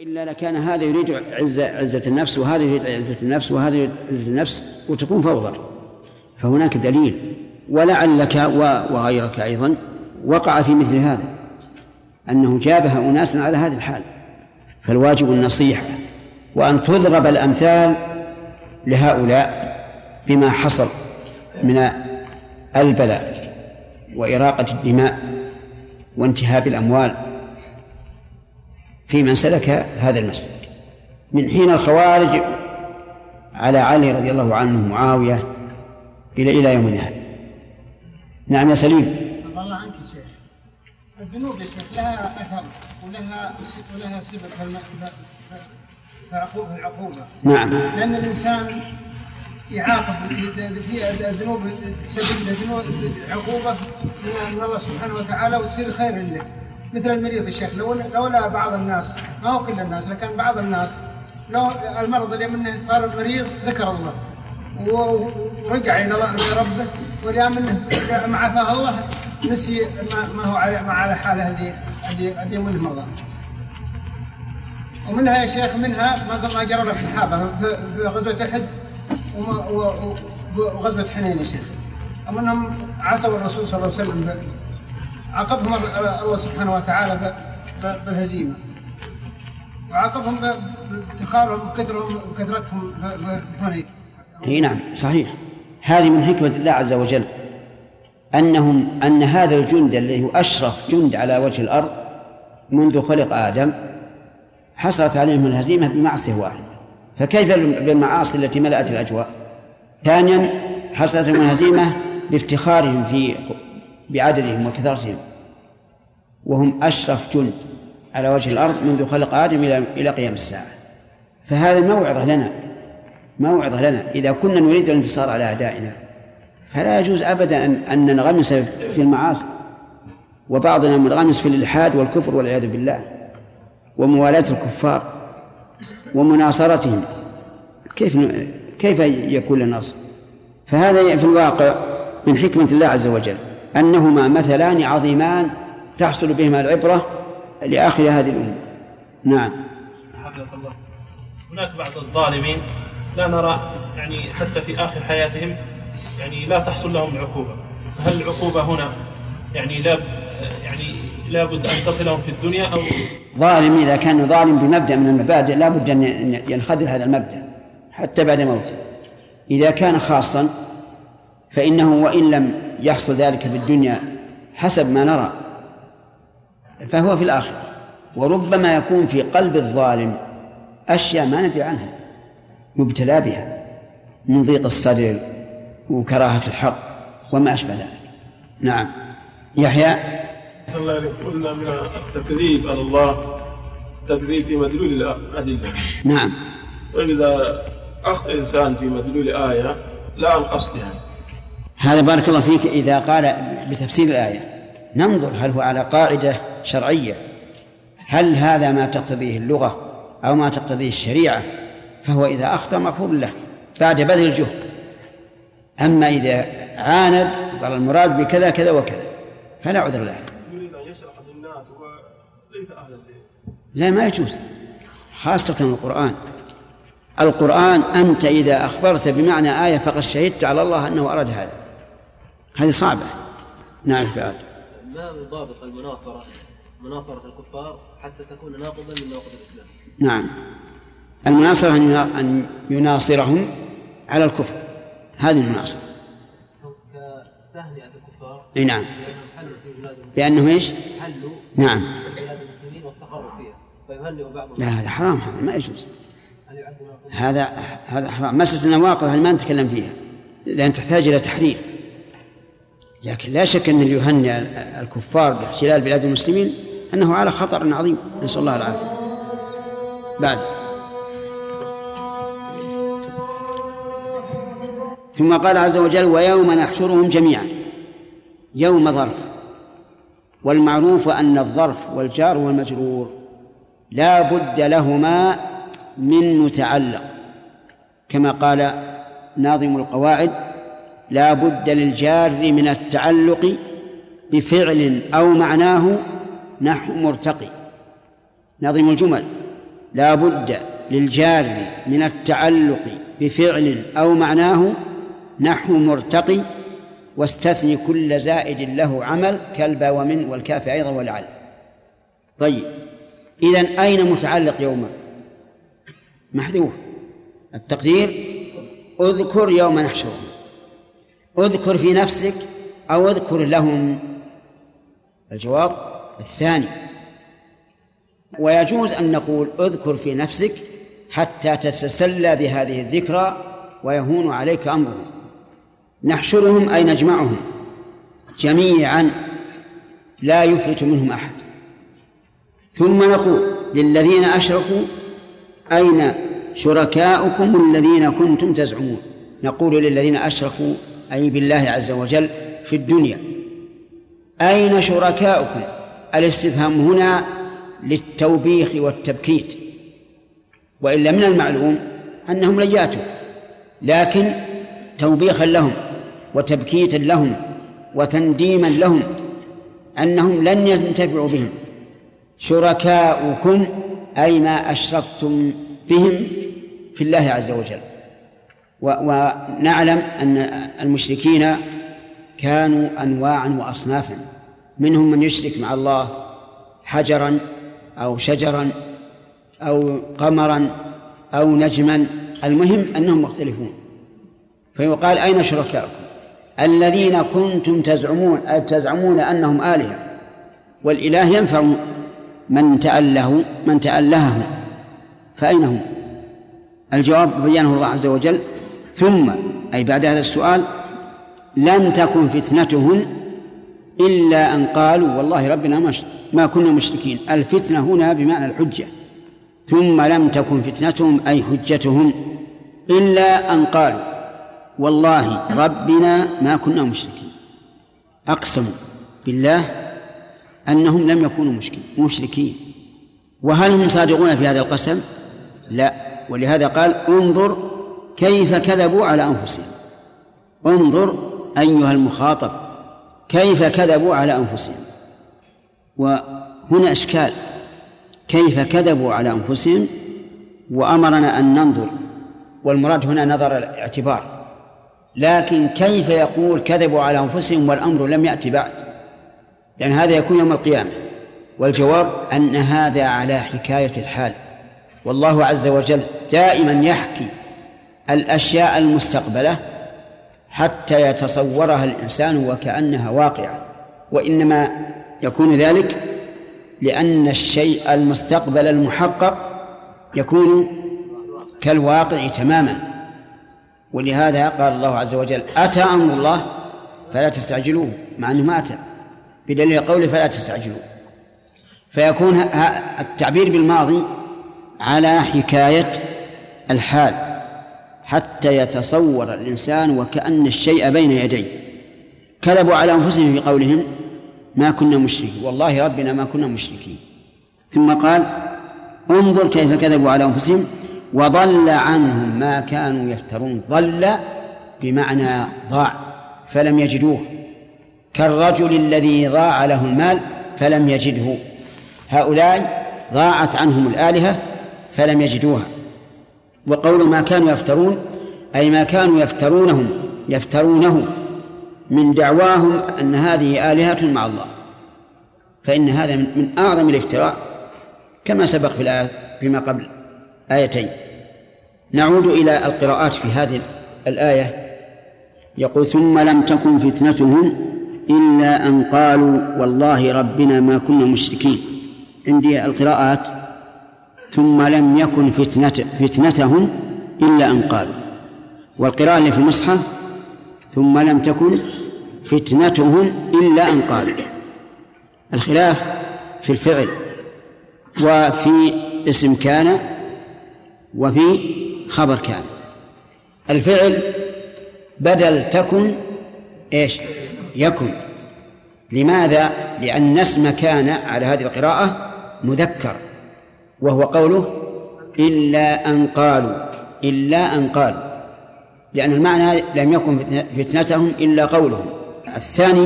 وإلا لكان هذا يريد عزة النفس وهذا يريد عزة النفس وهذا يريد عزة النفس وتكون فوضى. فهناك دليل. ولعلك وغيرك أيضا وقع في مثل هذا، أنه جابها أناس على هذه الحال. فالواجب النصيحة وأن تضرب الأمثال لهؤلاء بما حصل من البلاء وإراقة الدماء وانتهاب الأموال في من سلك هذا المسلك من حين الخوارج على علي رضي الله عنه معاوية إلى يومنا هذا. نعم يا سليم. الله عنك يا شيخ. الذنوب يا شيخ لها أثر ولها سبب في العقوبة. نعم. لأن الإنسان يعاقب في الذنوب تسبب ذنوب عقوبة من الله سبحانه وتعالى وتصير خير له. مثل المريض يا شيخ، لولا بعض الناس، ما هو كل الناس لكن بعض الناس، لو المرض اللي منه صار المريض ذكر الله ورجع إلى ربه، واليوم منه مع عفاه الله نسي ما هو على حاله اللي منه مرضى. ومنها يا شيخ ما جرى الصحابة في غزوة أحد وغزوة حنين يا شيخ، ومنهم عصوا الرسول صلى الله عليه وسلم، عاقبهم الله سبحانه وتعالى بالهزيمة، وعاقبهم بافتخارهم وكثرتهم بحنين. نعم صحيح. هذه من حكمة الله عز وجل أن هذا الجند الذي هو أشرف جند على وجه الأرض منذ خلق آدم حصلت عليهم الهزيمة بمعصية واحدة، فكيف بالمعاصي التي ملأت الأجواء؟ ثانيا حصلت لهم الهزيمة بافتخارهم بعددهم وكثرتهم، وهم أشرف جند على وجه الأرض منذ خلق آدم إلى قيام الساعة. فهذا موعظة لنا إذا كنا نريد الانتصار على أعدائنا، فلا يجوز أبدا أن ننغمس في المعاصي، وبعضنا منغمس في الإلحاد والكفر والعياذ بالله وموالاة الكفار ومناصرتهم. كيف يكون للنصر؟ فهذا في الواقع من حكمة الله عز وجل أنهما مثلان عظيمان تحصل بهما العبرة لآخر هذه الأمة. نعم. حفظك الله. هناك بعض الظالمين لا نرى يعني حتى في آخر حياتهم يعني لا تحصل لهم عقوبة، هل العقوبة هنا يعني لا بد أن تصلهم في الدنيا أو ظالم إذا كان ظالم بمبدأ من المبادئ لا بد أن ينخذل هذا المبدأ حتى بعد موته. إذا كان خاصا فإنه وإن لم يحصل ذلك في الدنيا حسب ما نرى فهو في الآخرة، وربما يكون في قلب الظالم أشياء ما ندري عنها يبتلى بها من ضيق الصدر وكراهة الحق وما أشبه ذلك. نعم. يحيى. صلى الله عليه وسلم قلنا من التكذيب على الله تكذيب في مدلول الأدلة. نعم. وإذا أخطأ إنسان في مدلول آية لا عن قصدها، هذا بارك الله فيك إذا قال بتفسير الآية ننظر هل هو على قاعدة شرعية، هل هذا ما تقتضيه اللغة أو ما تقتضيه الشريعة، فهو إذا أخطأ مغفور له بعد بذل الجهد. أما إذا عاند قال المراد بكذا كذا وكذا فلا عذر له. يريد أن يشرح للناس وليس أهلا لا ما يجوز، خاصة القرآن أنت إذا أخبرت بمعنى آية فقد شهدت على الله أنه أراد هذه صعبة. نعم فعلا. ما ضابط مناصرة الكفار حتى تكون ناقضا من نواقض الإسلام؟ نعم، المناصرة أن يناصرهم على الكفر، هذه المناصرة. كتهنئة الكفار. نعم. بأنهم إيش؟ حلوا. نعم. في بلاد المسلمين واستقروا فيها فيهنئ بعضهم. لا هذا حرام، هذا ما يجوز. هذا حرام. مسألة النواقض هل ما نتكلم فيها لأن تحتاج إلى تحرير، لكن لا شك أن اللي يهنئ الكفار باحتلال بلاد المسلمين أنه على خطر عظيم، نسأل الله العافية. بعد ثم قال عز وجل ويوم نحشرهم جميعا. يوم ظرف، والمعروف أن الظرف والجار والمجرور لا بد لهما من متعلق، كما قال ناظم القواعد لا بد للجار من التعلق بفعل أو معناه نحو مرتقي. ناظم الجمل لا بد للجار من التعلق بفعل أو معناه نحو مرتقي، واستثني كل زائد له عمل كالبا ومن والكاف أيضا والعل. طيب، إذن أين متعلق يوم؟ محذوف. التقدير اذكر يوم نحشرهم. اذكر في نفسك أو اذكر لهم؟ الجواب الثاني. ويجوز أن نقول اذكر في نفسك حتى تتسلى بهذه الذكرى ويهون عليك أمرهم. نحشرهم أي نجمعهم جميعا لا يفلت منهم أحد. ثم نقول للذين أشركوا أين شركاؤكم الذين كنتم تزعمون؟ نقول للذين أشركوا أي بالله عز وجل في الدنيا أين شركاؤكم؟ الاستفهام هنا للتوبيخ والتبكيت، وإلا من المعلوم أنهم لن يأتوا، لكن توبيخا لهم وتبكيتا لهم وتنديما لهم أنهم لن ينتفعوا بهم. شركاؤكم أي ما أشركتم بهم في الله عز وجل. ونعلم أن المشركين كانوا أنواعا وأصنافا، منهم من يشرك مع الله حجرا أو شجرا أو قمرا أو نجما، المهم أنهم مختلفون. فيقال أين شركاؤكم الذين كنتم تزعمون، أي تزعمون أنهم آلهة، والإله ينفع من تألهه، فأين هم؟ الجواب بيانه الله عز وجل: ثم أي بعد هذا السؤال لم تكن فتنتهم إلا أن قالوا والله ربنا ما كنا مشركين. الفتنة هنا بمعنى الحجة. ثم لم تكن فتنتهم أي حجتهم إلا أن قالوا والله ربنا ما كنا مشركين. أقسموا بالله أنهم لم يكونوا مشركين. وهل هم صادقون في هذا القسم؟ لا. ولهذا قال: انظر كيف كذبوا على أنفسهم. انظر أيها المخاطب كيف كذبوا على أنفسهم. وهنا إشكال: كيف كذبوا على أنفسهم؟ وأمرنا أن ننظر، والمراد هنا نظر الاعتبار، لكن كيف يقول كذبوا على أنفسهم والأمر لم يأتي بعد؟ لأن هذا يكون يوم القيامة. والجواب أن هذا على حكاية الحال، والله عز وجل دائما يحكي الأشياء المستقبلة حتى يتصورها الإنسان وكأنها واقعة، وإنما يكون ذلك لأن الشيء المستقبل المحقق يكون كالواقع تماما. ولهذا قال الله عز وجل: أتى أمر الله فلا تستعجلوه، مع أنه ما أتى، بدليل قوله فلا تستعجلوه. فيكون التعبير بالماضي على حكاية الحال حتى يتصور الإنسان وكأن الشيء بين يديه. كذبوا على أنفسهم في قولهم ما كنا مشركين، والله ربنا ما كنا مشركين. ثم قال: انظر كيف كذبوا على أنفسهم وضل عنهم ما كانوا يفترون. ضل بمعنى ضاع فلم يجدوه، كالرجل الذي ضاع له المال فلم يجده. هؤلاء ضاعت عنهم الآلهة فلم يجدوها. وقول ما كانوا يفترون أي ما كانوا يفترونه من دعواهم أن هذه آلهة مع الله، فإن هذا من أعظم الافتراء كما سبق في الآية فيما قبل آيتين. نعود إلى القراءات في هذه الآية. يقول: ثم لم تكن فتنتهم إلا أن قالوا والله ربنا ما كنا مشركين. عندي القراءات: ثم لم يكن فتنتهم إلا أن قالوا. والقراءة اللي في المصحف: ثم لم تكن فتنتهم إلا أن قالوا. الخلاف في الفعل وفي اسم كان وفي خبر كان. الفعل بدل تكن إيش؟ يكن. لماذا؟ لأن اسم كان على هذه القراءة مذكر، وهو قوله إلا أن قالوا، إلا أن قالوا، لأن المعنى لم يكن فتنتهم إلا قولهم. الثاني: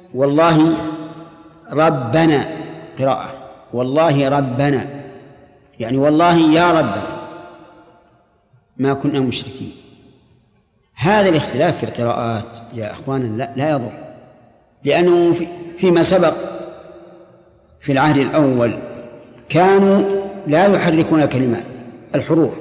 والله ربنا، قراءة والله ربنا، يعني والله يا ربنا ما كنا مشركين. هذا الاختلاف في القراءات يا أخوانا لا يضر، لأنه فيما سبق في العهد الأول كانوا لا يحركون كلمات الحروف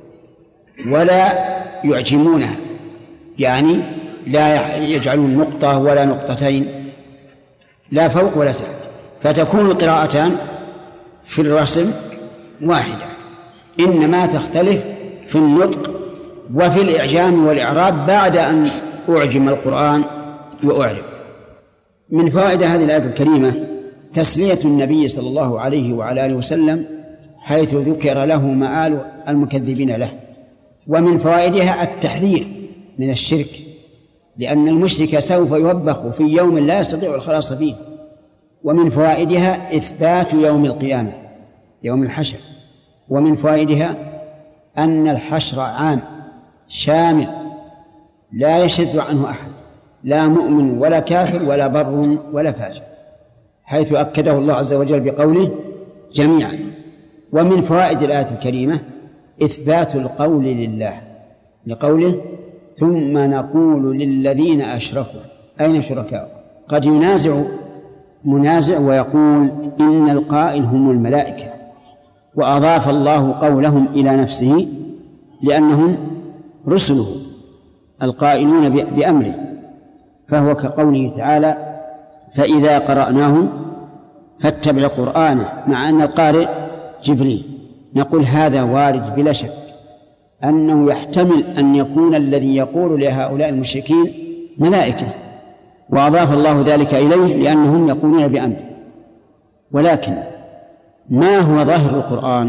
ولا يعجمونها، يعني لا يجعلون نقطة ولا نقطتين، لا فوق ولا تحت، فتكون القراءتان في الرسم واحدة، إنما تختلف في النطق وفي الإعجام والإعراب بعد أن أعجم القرآن وأعرب. من فوائد هذه الآية الكريمة تسلية النبي صلى الله عليه وعلى آله وسلم حيث ذكر له مآل المكذبين له. ومن فوائدها التحذير من الشرك، لأن المشرك سوف يوبخ في يوم لا يستطيع الخلاص فيه. ومن فوائدها إثبات يوم القيامة، يوم الحشر. ومن فوائدها أن الحشر عام شامل لا يشذ عنه أحد، لا مؤمن ولا كافر ولا بر ولا فاجر، حيث أكده الله عز وجل بقوله جميعا. ومن فوائد الآية الكريمة إثبات القول لله، لقوله ثم نقول للذين أشركوا أين شركاء. قد ينازع منازع ويقول إن القائل هم الملائكة، وأضاف الله قولهم إلى نفسه لأنهم رسله القائلون بأمره، فهو كقوله تعالى فإذا قرأناه فاتبع قرآنه، مع أن القارئ جبريل. نقول هذا وارد بلا شك أنه يحتمل أن يكون الذي يقول لهؤلاء المشركين ملائكة، وأضاف الله ذلك إليه لأنهم يقولون بأمره. ولكن ما هو ظاهر القرآن؟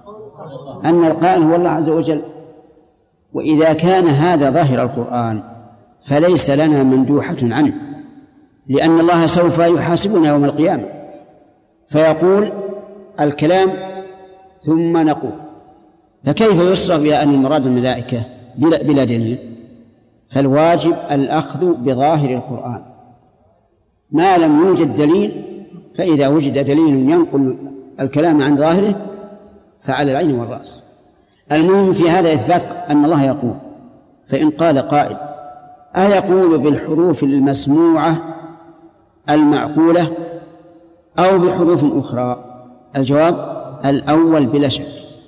أن القائل هو الله عز وجل. وإذا كان هذا ظاهر القرآن فليس لنا مندوحة عنه، لأن الله سوف يحاسبنا يوم القيامة، فيقول الكلام ثم نقول. فكيف يصرف إلى أن المراد الملائكة بلا دليل؟ فالواجب الأخذ بظاهر القرآن ما لم يوجد دليل، فإذا وجد دليل ينقل الكلام عن ظاهره فعلى العين والرأس. المهم في هذا إثبات أن الله يقول. فإن قال قائل أيقول بالحروف المسموعة المعقولة أو بحروف أخرى؟ الجواب الأول بلا شك.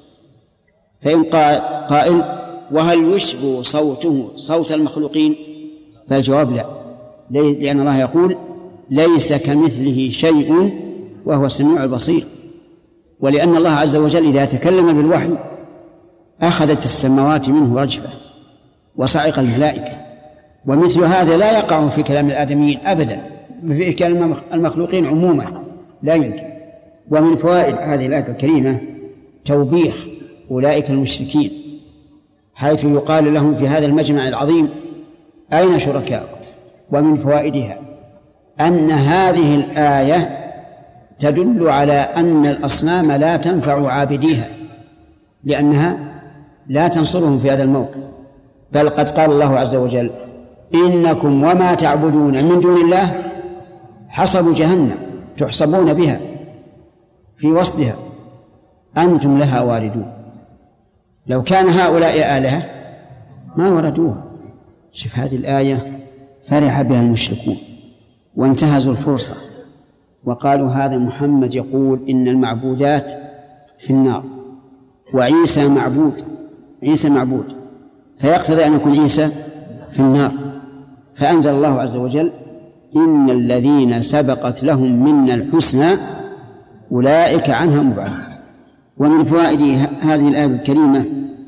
فإن قائل وهل يشبه صوته صوت المخلوقين؟ فالجواب لا، لأن الله يقول ليس كمثله شيء وهو السميع البصير. ولأن الله عز وجل إذا تكلم بالوحي أخذت السماوات منه رجفة وصعق الملائكة، ومثل هذا لا يقع في كلام الآدميين أبدا، في كلام المخلوقين عموما لا يمكن. ومن فوائد هذه الآية الكريمة توبيخ أولئك المشركين، حيث يقال لهم في هذا المجمع العظيم أين شركاء. ومن فوائدها أن هذه الآية تدل على أن الأصنام لا تنفع عابديها، لأنها لا تنصرهم في هذا الموقف. بل قد قال الله عز وجل إنكم وما تعبدون من دون الله حصب جهنم تحصبون بها في وسطها أنتم لها واردون. لو كان هؤلاء آلهة ما وردوها. شوف هذه الآية فرح بها المشركون وانتهزوا الفرصة وقالوا هذا محمد يقول إن المعبودات في النار وعيسى معبود، عيسى معبود، فيقتضي أن يكون عيسى في النار. فأنزل الله عز وجل إن الذين سبقت لهم منا الحسنى أولئك عنها مبعدون. ومن فوائد هذه الآية الكريمة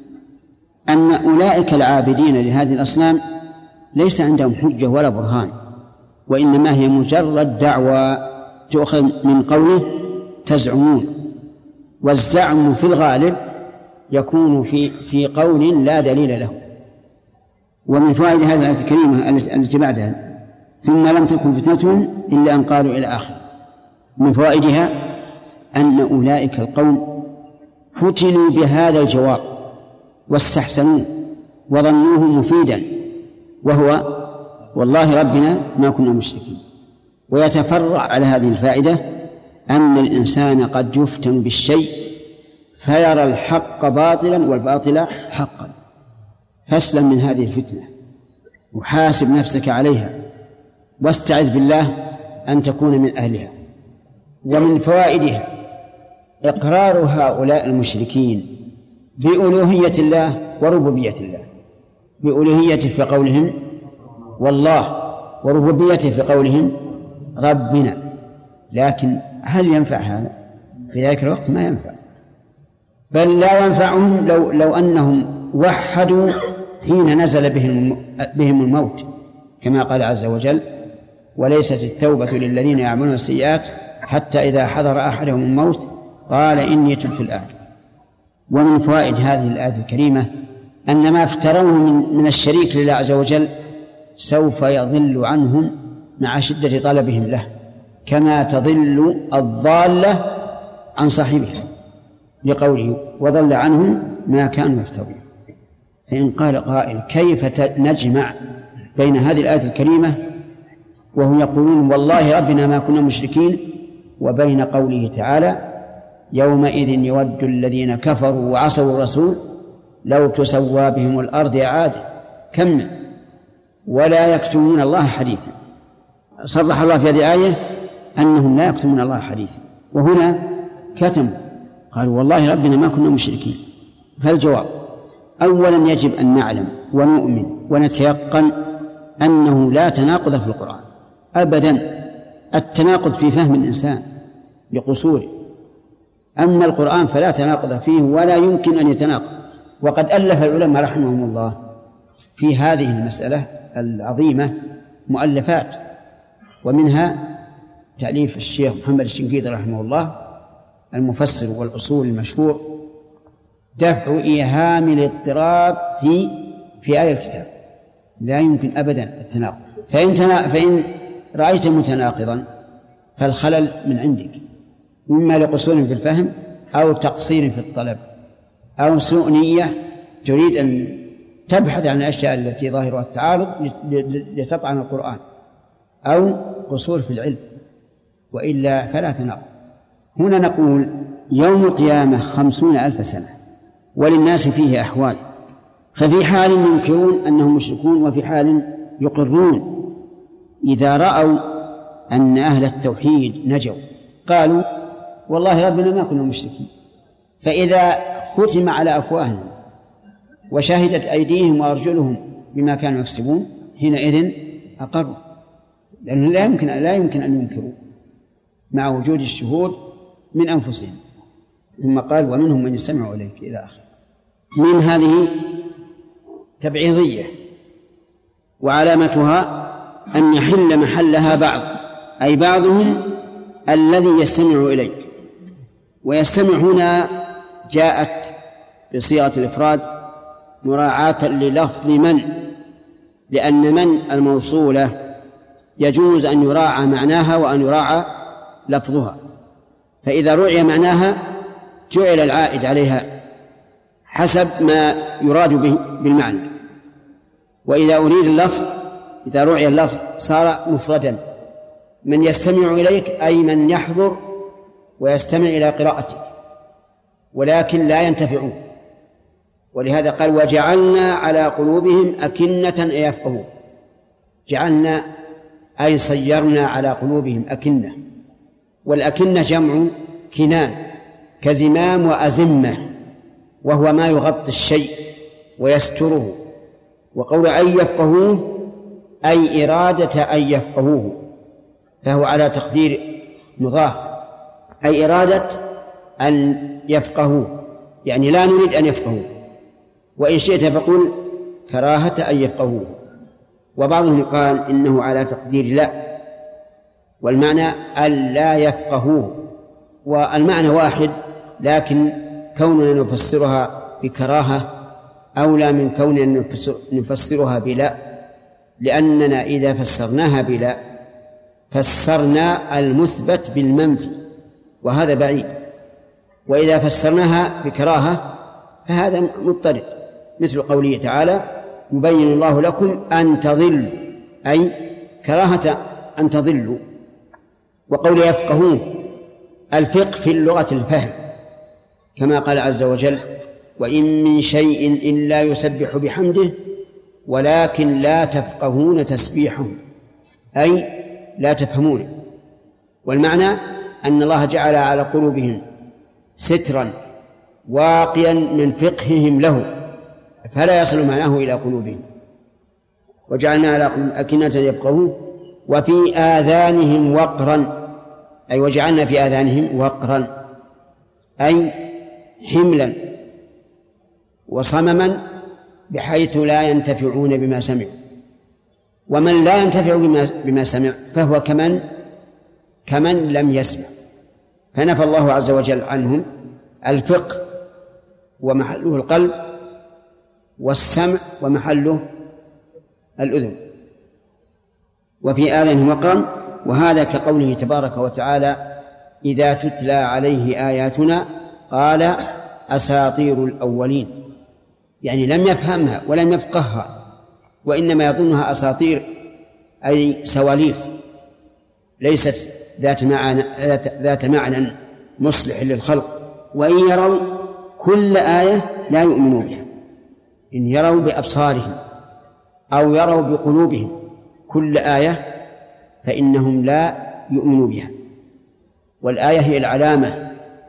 أن أولئك العابدين لهذه الأصنام ليس عندهم حجة ولا برهان، وإنما هي مجرد دعوى تؤخذ من قوله تزعمون. والزعم في الغالب يكون في قول لا دليل له. ومن فوائد هذه الآية الكريمة التي بعدها ثم لم تكن فتنتهم إلا أن قالوا إلى آخر. من فوائدها أن أولئك القوم فتنوا بهذا الجواب واستحسنوه وظنوه مفيدا، وهو والله ربنا ما كنا مشركين. ويتفرع على هذه الفائدة أن الإنسان قد يفتن بالشيء فيرى الحق باطلا والباطل حقا. فاسلم من هذه الفتنة وحاسب نفسك عليها واستعذ بالله أن تكون من أهلها. ومن فوائدها إقرار هؤلاء المشركين بألوهية الله وربوبية الله، بألوهيته في قولهم والله، وربوبيته في قولهم ربنا. لكن هل ينفع هذا؟ في ذلك الوقت ما ينفع، بل لا ينفعهم لو أنهم وحدوا حين نزل بهم الموت، كما قال عز وجل: وليست التوبة للذين يعملون السيئات حتى إذا حضر أحدهم الموت قال إني تبت الآن. ومن فوائد هذه الآية الكريمة أن ما افتروه من الشريك لله عز وجل سوف يضل عنهم مع شدة طلبهم له، كما تضل الضالة عن صاحبها، لقوله: وضل عنهم ما كانوا يفترون. فإن قال قائل: كيف نجمع بين هذه الآية الكريمة وهم يقولون والله ربنا ما كنا مشركين، وبين قوله تعالى: يومئذ يود الذين كفروا وعصوا الرسول لو تسوى بهم الأرض إعادة. كمل: ولا يكتمون الله حديثا. صرح الله في هذه الآية أنهم لا يكتمون الله حديثا، وهنا كتموا قالوا والله ربنا ما كنا مشركين. فالجواب: أولا يجب أن نعلم ونؤمن ونتيقن أنه لا تناقض في القرآن أبدا. التناقض في فهم الإنسان لقصوره، أما القرآن فلا تناقض فيه ولا يمكن أن يتناقض. وقد ألف العلماء رحمهم الله في هذه المسألة العظيمة مؤلفات، ومنها تأليف الشيخ محمد الشنقيطي رحمه الله المفسر والأصول المشهور: دفع إيهام الاضطراب في آية الكتاب. لا يمكن أبدا التناقض، فإن رأيت متناقضا فالخلل من عندك، إما لقصور في الفهم أو تقصير في الطلب أو سوء نية تريد أن تبحث عن الأشياء التي ظاهرها التعارض لتطعن القرآن، أو قصور في العلم، وإلا فلا تناقض. هنا نقول: يوم القيامة 50,000 سنة، وللناس فيه أحوال، ففي حال ينكرون أنهم مشركون، وفي حال يقرون. إذا رأوا أن أهل التوحيد نجوا قالوا والله ربنا ما كنا مشركين. فإذا ختم على أفواههم وشهدت أيديهم وأرجلهم بما كانوا يكسبون حينئذ أقروا، لأنه لا يمكن أن ينكروا مع وجود الشهود من أنفسهم. ثم قال: ومنهم من يستمع إليك إلى آخره. من هذه تبعيضية، وعلامتها أن يحل محلها بعض، أي بعضهم الذي يستمع إليك. ويستمع هنا جاءت بصيغة الإفراد مراعاة للفظ من، لأن من الموصولة يجوز أن يراعى معناها وأن يراعى لفظها، فإذا رعي معناها جعل العائد عليها حسب ما يراد به بالمعنى، وإذا أريد اللفظ إذا رعي اللفظ صار مفردا. من يستمع إليك أي من يحضر ويستمع إلى قراءتك ولكن لا ينتفعون. ولهذا قال: وجعلنا على قلوبهم أكنة أن يفقهوا. جعلنا أي صيرنا على قلوبهم أكنة، والأكنة جمع كنان كزمام وأزمة، وهو ما يغطي الشيء ويستره. وقول أن يفقهوه أي إرادة أن يفقهوه، فهو على تقدير مضاف، أي إرادة أن يفقهوه، يعني لا نريد أن يفقهوه. وإن شئت فقل كراهة أن يفقهوه. وبعضهم قال إنه على تقدير لا، والمعنى أن لا يفقهوه، والمعنى واحد، لكن كوننا نفسرها بكراهة أولى من كوننا نفسرها بلا، لأننا إذا فسرناها بلا فسرنا المثبت بالمنفي، وهذا بعيد. وإذا فسرناها بكراهة فهذا مضطرد، مثل قوله تعالى: يبين الله لكم أن تضلوا، أي كراهة أن تضلوا. وقول يفقهون، الفقه في اللغة الفهم، كما قال عز وجل: وإن من شيء إلا يسبح بحمده ولكن لا تفقهون تسبيحهم، أي لا تفهمونه. والمعنى أن الله جعل على قلوبهم سترا واقيا من فقههم له فلا يصل معناه إلى قلوبهم، وجعلنا على أكنة يفقهون وفي آذانهم وقرا، أي وجعلنا في آذانهم وقرا أي حملا وصمما بحيث لا ينتفعون بما سمعوا. ومن لا ينتفع بما سمع فهو كمن لم يسمع. فنفى الله عز وجل عنهم الفقه ومحله القلب، والسمع ومحله الأذن. وفي آذانهم وقرا، وهذا كقوله تبارك وتعالى: إذا تتلى عليه آياتنا قال أساطير الأولين، يعني لم يفهمها ولم يفقهها، وإنما يظنها أساطير أي سواليف ليست ذات معنى مصلح للخلق. وإن يروا كل آية لا يؤمنوا بها، إن يروا بأبصارهم أو يروا بقلوبهم كل آية فإنهم لا يؤمنوا بها. والآية هي العلامة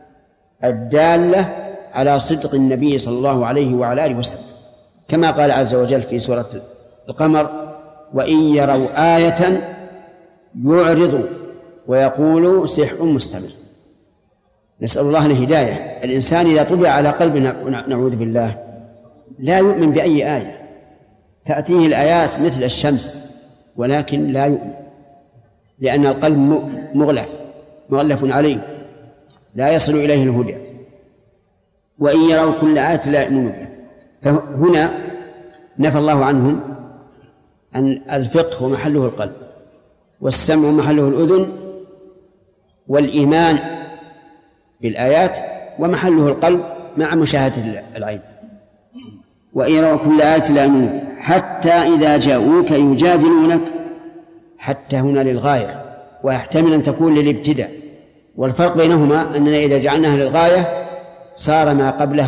الدالة على صدق النبي صلى الله عليه وعلى آله وسلم، كما قال عز وجل في سورة القمر: وإن يروا آية يعرضوا ويقولوا سحر مستمر. نسأل الله الهداية. الإنسان إذا طبع على قلبه نعوذ بالله لا يؤمن بأي آية، تأتيه الآيات مثل الشمس ولكن لا يؤمن، لأن القلب مغلف عليه لا يصل إليه الهدى. وإن يروا كل آية لا يؤمنوا بها. فهنا نفى الله عنهم أن الفقه ومحله القلب، والسمع ومحله الأذن، والإيمان بالآيات ومحله القلب مع مشاهدة العين. وإن يروا كل آية لا يؤمنوا بها حتى إذا جاءوك يجادلونك. حتى هنا للغاية، ويحتمل أن تكون للابتداء، والفرق بينهما أننا إذا جعلناها للغاية صار ما قبلها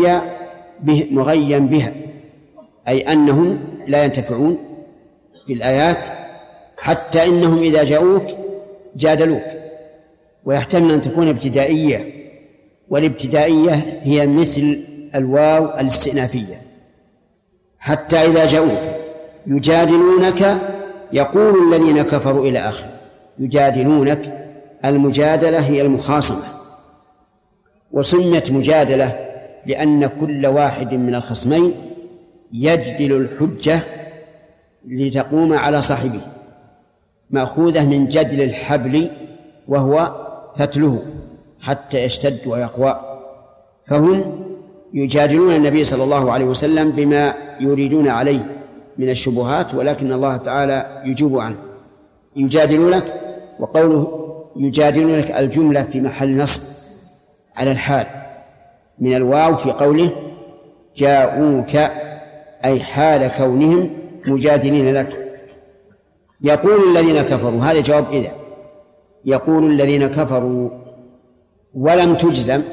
مغيا بها، أي أنهم لا ينتفعون بالآيات حتى إنهم إذا جاءوك جادلوك. ويحتمل أن تكون ابتدائية، والابتدائية هي مثل الواو الاستئنافية. حتى إذا جاءوك يجادلونك يقول الذين كفروا إلى آخر. يجادلونك، المجادلة هي المخاصمة، وسميت مجادلة لأن كل واحد من الخصمين يجدل الحجة لتقوم على صاحبه، مأخوذة من جدل الحبل وهو فتله حتى يشتد ويقوى. فهم يجادلون النبي صلى الله عليه وسلم بما يريدون عليه من الشبهات، ولكن الله تعالى يجيب عنه. يجادلونك، وقوله يجادلونك الجملة في محل نصب على الحال من الواو في قوله جاءوك، أي حال كونهم مجادلين لك. يقول الذين كفروا، هذا جواب إذا. يقول الذين كفروا ولم تجزم،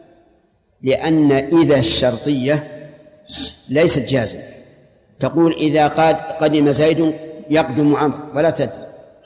لأن إذا الشرطية ليست جازم. تقول إذا قدم زيد يقدم عمرو ولا تجزم.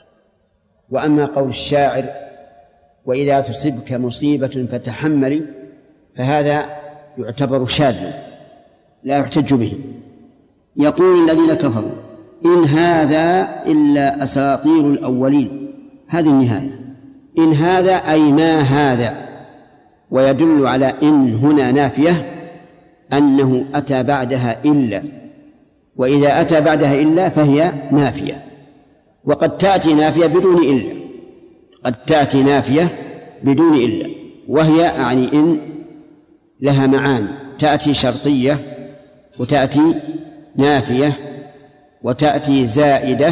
وأما قول الشاعر وإذا تصبك مصيبة فتحملي، فهذا يعتبر شاذا لا يحتج به. يقول الذين كفروا إن هذا إلا أساطير الأولين. هذه النهاية. إن هذا أي ما هذا، ويدل على إن هنا نافية أنه أتى بعدها إلا، وإذا أتى بعدها إلا فهي نافية. وقد تأتي نافية بدون إلا، قد تأتي نافية بدون إلا، وهي يعني إن لها معاني، تأتي شرطية وتأتي نافية وتأتي زائدة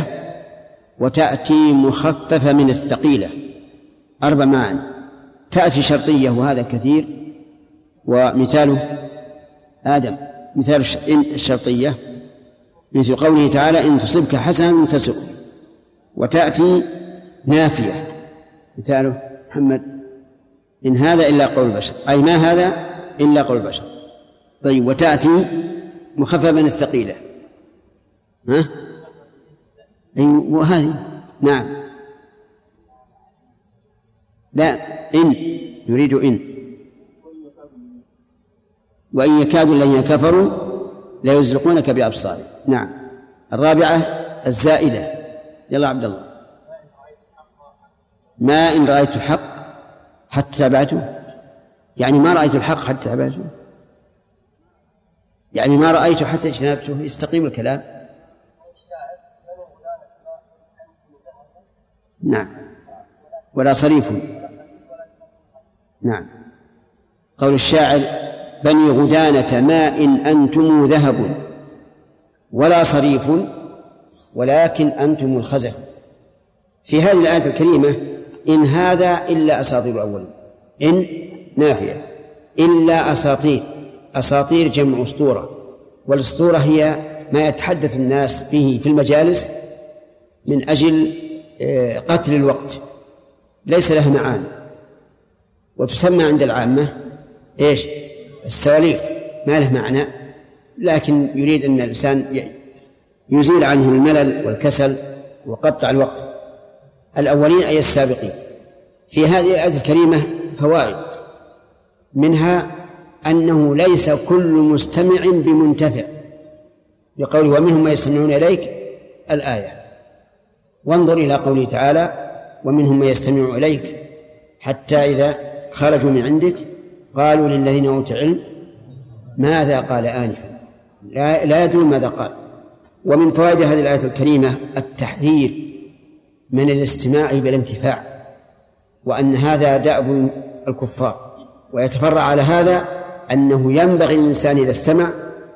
وتأتي مخففة من الثقيلة، 4 معاني. تأتي شرطية وهذا كثير، ومثاله آدم. مثال الشرطية مثل قوله تعالى إن تصبك حسنة تسؤ. وتأتي نافية مثاله محمد إن هذا إلا قول البشر، أي ما هذا إلا قول البشر. طيب وتأتي مخففة الثقيلة، ها؟ وهذه نعم، لا إن يريد إن، وإن يكاد الذين كفروا لا يزلقونك بأبصارهم. نعم. الرابعة الزائدة، يلا عبد الله. ما إن رأيت الحق حتى تابعته، يعني ما رأيت الحق حتى تابعته، يعني ما رأيته حتى اجتنبته، يستقيم الكلام. نعم. ولا صريف. نعم. قول الشاعر: بني غدانة ما إن أنتم ذهب ولا صريف ولكن أنتم الخزف. في هذه الآية الكريمة إن هذا إلا أساطير الأولين، إن نافية، إلا أساطير. أساطير جمع أسطورة، والأسطورة هي ما يتحدث الناس به في المجالس من أجل قتل الوقت، ليس له معاني، وتسمى عند العامة إيش؟ السواليف، ما له معنى، لكن يريد أن الإنسان يزيل عنه الملل والكسل وقطع الوقت. الأولين أي السابقين. في هذه الآية الكريمة فوائد، منها أنه ليس كل مستمع بمنتفع، بقوله ومنهم ما يستمعون إليك الآية. وانظر إلى قوله تعالى ومنهم ما يستمع إليك حتى إذا خرجوا من عندك قالوا للذين أوتوا العلم ماذا قال آنفا، لا يدرون ماذا قال. ومن فوائد هذه الآية الكريمة التحذير من الاستماع بالانتفاع، وأن هذا دأب الكفار. ويتفرع على هذا أنه ينبغي للإنسان إذا استمع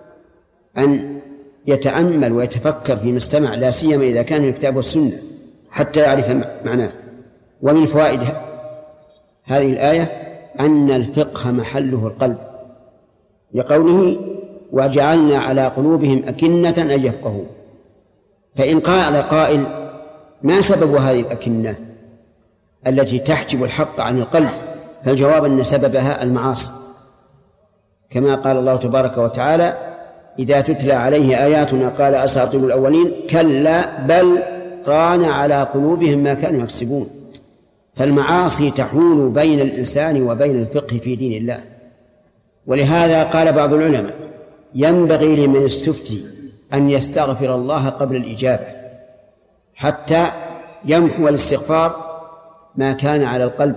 أن يتأمل ويتفكر فيما استمع، لا سيما إذا كان الكتاب والسنة، حتى يعرف معناه. ومن فوائد هذه الآية أن الفقه محله القلب، لقوله وجعلنا على قلوبهم أكنة أن يفقهوا. فإن قال قائل ما سبب هذه الأكنة التي تحجب الحق عن القلب؟ فالجواب أن سببها المعاصي، كما قال الله تبارك وتعالى إذا تتلى عليه آياتنا قال أساطير الأولين كلا بل ران على قلوبهم ما كانوا يكسبون. فالمعاصي تحول بين الإنسان وبين الفقه في دين الله. ولهذا قال بعض العلماء ينبغي لمن استفتي أن يستغفر الله قبل الإجابة حتى يمحو الاستغفار ما كان على القلب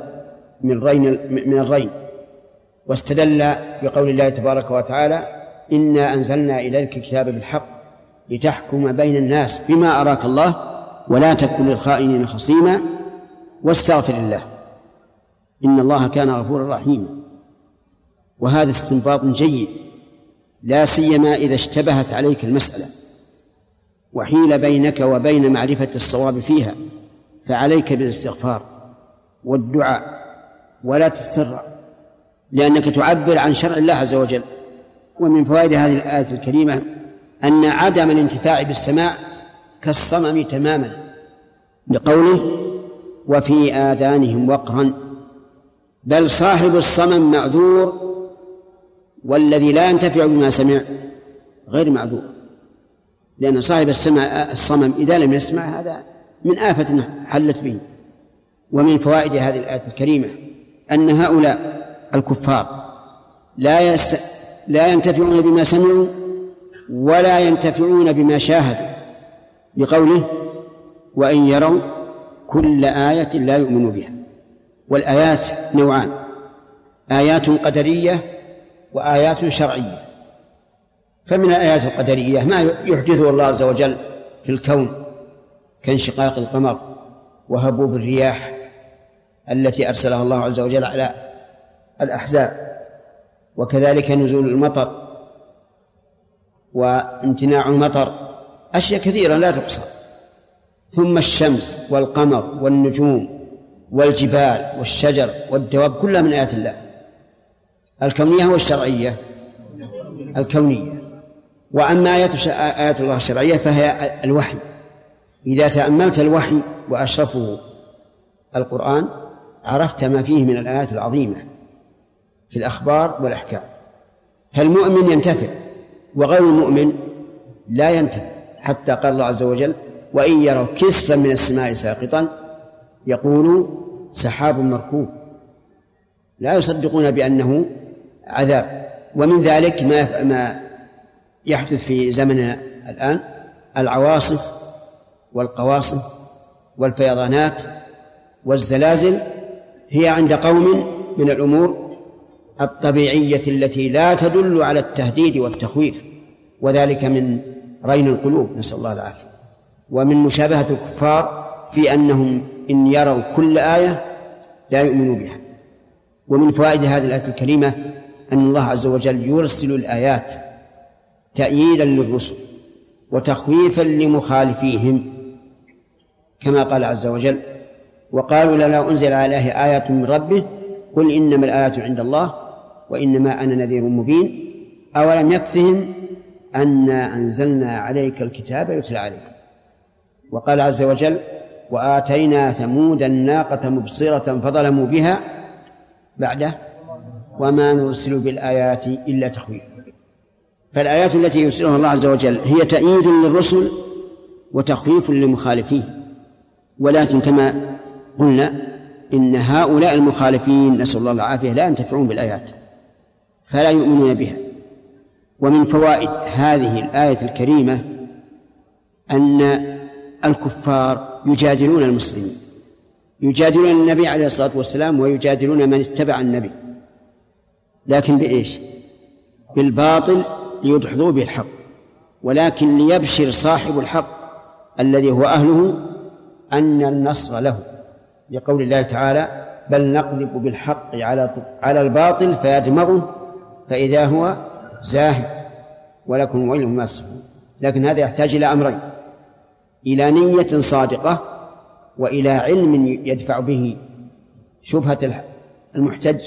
من الرين. واستدل بقول الله تبارك وتعالى إنا أنزلنا إليك الكتاب بالحق لتحكم بين الناس بما أراك الله ولا تكن للخائنين خصيما واستغفر الله إن الله كان غفورا رحيما. وهذا استنباط جيد، لا سيما إذا اشتبهت عليك المسألة وحيل بينك وبين معرفة الصواب فيها، فعليك بالاستغفار والدعاء ولا تتسرع، لأنك تعبر عن شرع الله عز وجل. ومن فوائد هذه الآية الكريمة أن عدم الانتفاع بالسماع كالصمم تماما، بقوله وفي آذانهم وقرا، بل صاحب الصمم معذور والذي لا ينتفع بما سمع غير معذور، لأن صاحب الصمم إذا لم يسمع هذا من آفة حلت به. ومن فوائد هذه الآية الكريمة أن هؤلاء الكفار لا ينتفعون بما سمعوا ولا ينتفعون بما شاهدوا، بقوله وإن يروا كل آية لا يؤمنوا بها. والآيات نوعان، آيات قدرية وآيات شرعية. فمن الآيات القدرية ما يحدثه الله عز وجل في الكون كانشقاق القمر وهبوب الرياح التي أرسلها الله عز وجل على الأحزاب، وكذلك نزول المطر وامتناع المطر، أشياء كثيرة لا تقصى. ثم الشمس والقمر والنجوم والجبال والشجر والدواب كلها من آيات الله الكونية والشرعية. الكونية. وأما آيات الله الشرعية فهي الوحي. إذا تأملت الوحي وأشرفه القرآن عرفت ما فيه من الآيات العظيمة، في الأخبار والأحكام. فالمؤمن ينتفع وغير المؤمن لا ينتفع، حتى قال الله عز وجل: وإن يروا كسفا من السماء ساقطا يقولوا سحاب مركوب، لا يصدقون بأنه عذاب. ومن ذلك ما يحدث في زمننا الآن: العواصف والقواصف والفيضانات والزلازل هي عند قوم من الأمور الطبيعية التي لا تدل على التهديد والتخويف، وذلك من رين القلوب، نسأل الله العافية. ومن مشابهة الكفار في أنهم إن يروا كل آية لا يؤمنوا بها. ومن فوائد هذه الآية الكريمة أن الله عز وجل يرسل الآيات تأييدا للرسل وتخويفا لمخالفيهم، كما قال عز وجل: وقالوا لولا أنزل عليه آية من ربه قل إنما الآيات عند الله وإنما أنا نذير مبين أولم يكفهم أنا أنزلنا عليك الكتاب يتلى عليهم. وقال عز وجل: وآتينا ثمود الناقة مبصرة فظلموا بها بعده وما نرسل بالآيات إلا تخويفا. فالآيات التي يرسلها الله عز وجل هي تأييد للرسل وتخويف للمخالفين، ولكن كما قلنا إن هؤلاء المخالفين نسأل الله العافية لا ينتفعون بالآيات فلا يؤمنون بها. ومن فوائد هذه الآية الكريمة أن الكفار يجادلون المسلمين، يجادلون النبي عليه الصلاة والسلام ويجادلون من اتبع النبي، لكن بإيش؟ بالباطل ليدحضوا به الحق. ولكن ليبشر صاحب الحق الذي هو أهله أن النصر له، لقول الله تعالى: بل نقذف بالحق على الباطل فيدمغه فإذا هو زاهق ولكم ويل مما تصفون. لكن هذا يحتاج إلى أمرين: إلى نية صادقة وإلى علم يدفع به شبهة المحتج.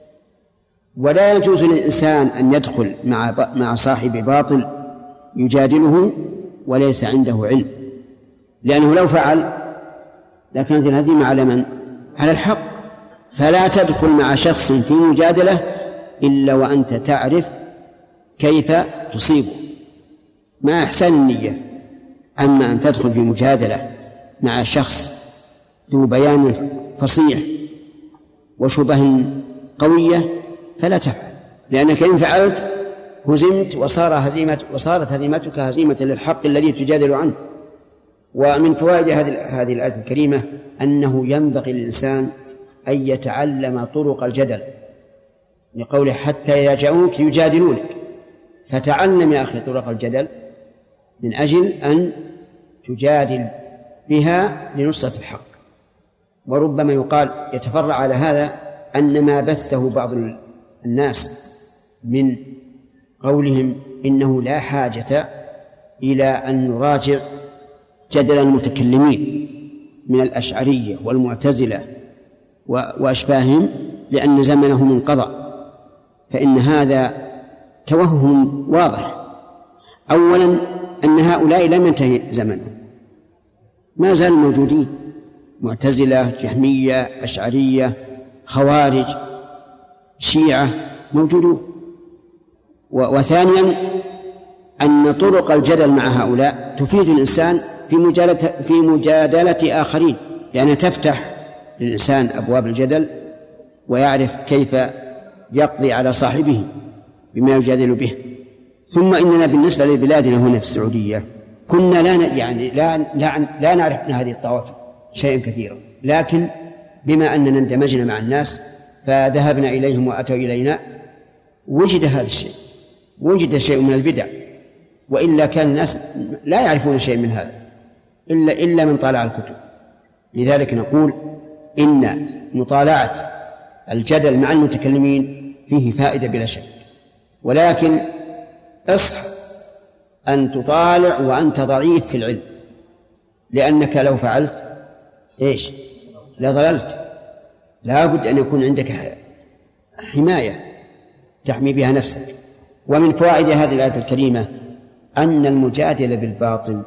ولا يجوز للإنسان أن يدخل مع صاحب باطل يجادله وليس عنده علم، لأنه لو فعل لكانت الهزيمة على من؟ على الحق. فلا تدخل مع شخص في مجادلة إلا وأنت تعرف كيف تصيبه مع إحسان النية. أما أن تدخل في مجادلة مع شخص ذو بيان فصيح وشبه قوية فلا تفعل، لأنك إن فعلت هزمت وصارت هزيمتك هزيمة للحق الذي تجادل عنه. ومن فوائد هذه الآية الكريمة أنه ينبغي للإنسان أن يتعلم طرق الجدل، لقوله: حتى إذا جاءوك يجادلونك. فتعلم يا أخي طرق الجدل من أجل أن تجادل بها لنصرة الحق. وربما يقال يتفرع على هذا أن ما بثه بعض الناس من قولهم إنه لا حاجة إلى أن نراجع جدل المتكلمين من الأشعرية والمعتزلة وأشباههم لأن زمنهم انقضى، فإن هذا توهم واضح. أولا أن هؤلاء لم ينتهي زمنهم، ما زالوا موجودين، معتزلة، جهمية، أشعرية، خوارج، شيعة موجودون. وثانيا أن طرق الجدل مع هؤلاء تفيد الإنسان في مجادلة آخرين، لأنها تفتح للإنسان أبواب الجدل ويعرف كيف يقضي على صاحبه بما يجادل به. ثم إننا بالنسبة لبلادنا هنا في السعودية كنا لا نعرف من هذه الطوائف شيئا كثيرا، لكن بما أننا اندمجنا مع الناس فذهبنا إليهم وأتوا إلينا وجد هذا الشيء، وجد شيء من البدع، وإلا كان الناس لا يعرفون شيء من هذا إلا من طالع الكتب. لذلك نقول إن مطالعة الجدل مع المتكلمين فيه فائدة بلا شك، ولكن اصح أن تطالع وأنت ضعيف في العلم، لأنك لو فعلت إيش؟ لضللت. لا بد أن يكون عندك حماية تحمي بها نفسك. ومن فوائد هذه الآية الكريمة أن المجادل بالباطل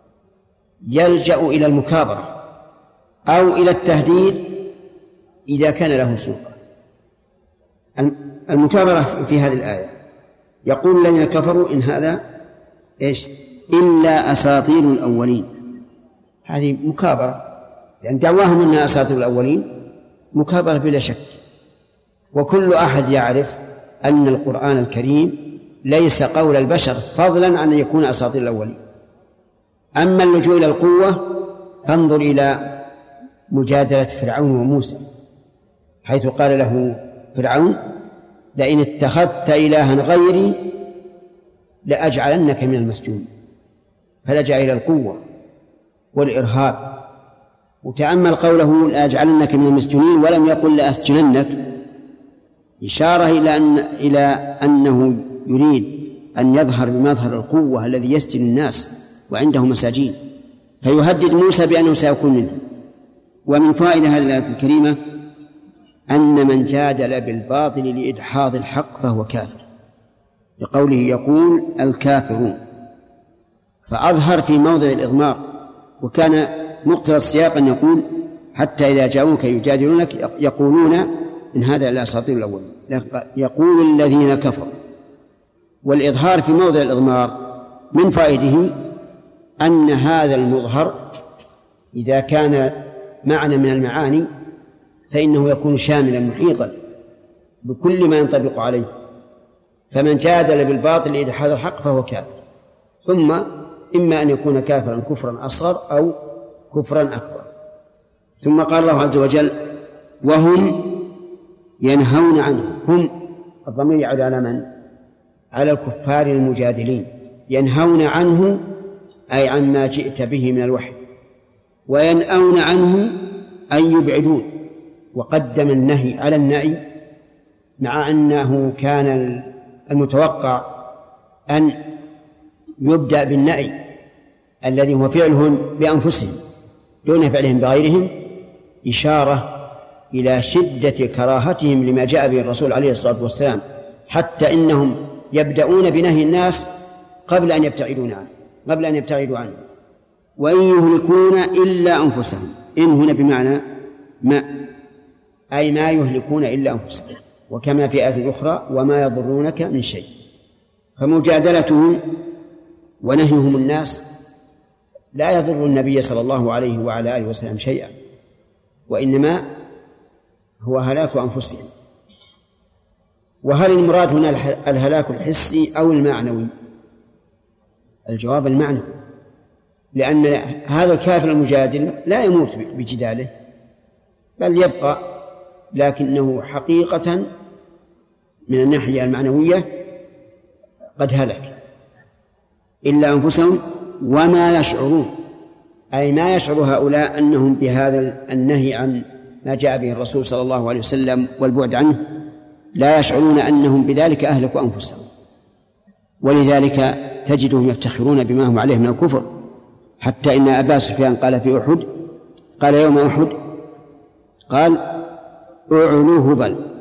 يلجأ إلى المكابرة أو إلى التهديد إذا كان له سلطة. المكابرة في هذه الآية يقول الذين كفروا إن هذا إيش إلا أساطير الأولين. هذه مكابرة، لأن دعواهم أنها أساطير الأولين مكابرة بلا شك. وكل أحد يعرف أن القرآن الكريم ليس قول البشر فضلا عن أن يكون أساطير الأولين. أما اللجوء إلى القوة فانظر إلى مجادلة فرعون وموسى، حيث قال له فرعون لئن اتخذت إلها غيري لأجعلنك من المسجونين، فلجأ إلى القوة والإرهاب. وتأمل قوله لأجعلنك من المسجونين ولم يقل لأسجننك، إشارة إلى أنه يريد أن يظهر بمظهر القوة الذي يسجن الناس وعنده مساجين، فيهدد موسى بأنه سيكون منه. ومن فوائد هذه الآية الكريمة أن من جادل بالباطل لإدحاض الحق فهو كافر، لقوله يقول الكافرون، فأظهر في موضع الإضمار. وكان مقتضى السياق أن يقول حتى إذا جاءوك يجادلونك يقولون إن هذا إلا أساطير الأولين، يقول الذين كفروا. والإظهار في موضع الإضمار من فائده أن هذا المظهر إذا كان معنى من المعاني فإنه يكون شاملا محيطا بكل ما ينطبق عليه. فمن جادل بالباطل لإدحاض الحق فهو كافر، ثم إما أن يكون كافرا كفرا أصغر أو كفرا أكبر. ثم قال الله عز وجل وهم ينهون عنه. هم الضمير يعود على من؟ على الكفار المجادلين. ينهون عنه أي عما جئت به من الوحي، وينأون عنه أي يبعدون. وقدم النهي على النأي مع أنه كان المتوقع أن يبدأ بالنأي الذي هو فعلهم بأنفسهم دون فعلهم بغيرهم، إشارة إلى شدة كراهتهم لما جاء به الرسول عليه الصلاة والسلام، حتى إنهم يبدأون بنهي الناس قبل أن يبتعدوا عنه. وإن يهلكون إلا أنفسهم. إن هنا بمعنى ما، أي ما يهلكون إلا أنفسهم. وكما في آية أخرى وما يضرونك من شيء. فمجادلتهم ونهيهم الناس لا يضر النبي صلى الله عليه وعلى آله وسلم شيئا، وإنما هو هلاك أنفسهم. وهل المراد هنا الهلاك الحسي أو المعنوي؟ الجواب المعنوي، لأن هذا الكافر المجادل لا يموت بجداله بل يبقى، لكنه حقيقة من الناحية المعنوية قد هلك. إلا أنفسهم وما يشعرون، أي ما يشعر هؤلاء أنهم بهذا النهي عن ما جاء به الرسول صلى الله عليه وسلم والبعد عنه، لا يشعرون أنهم بذلك أهلكوا أنفسهم. ولذلك تجدهم يفتخرون بما هم عليه من الكفر، حتى إن أبا سفيان قال في أحد، قال يوم أحد قال أعلوه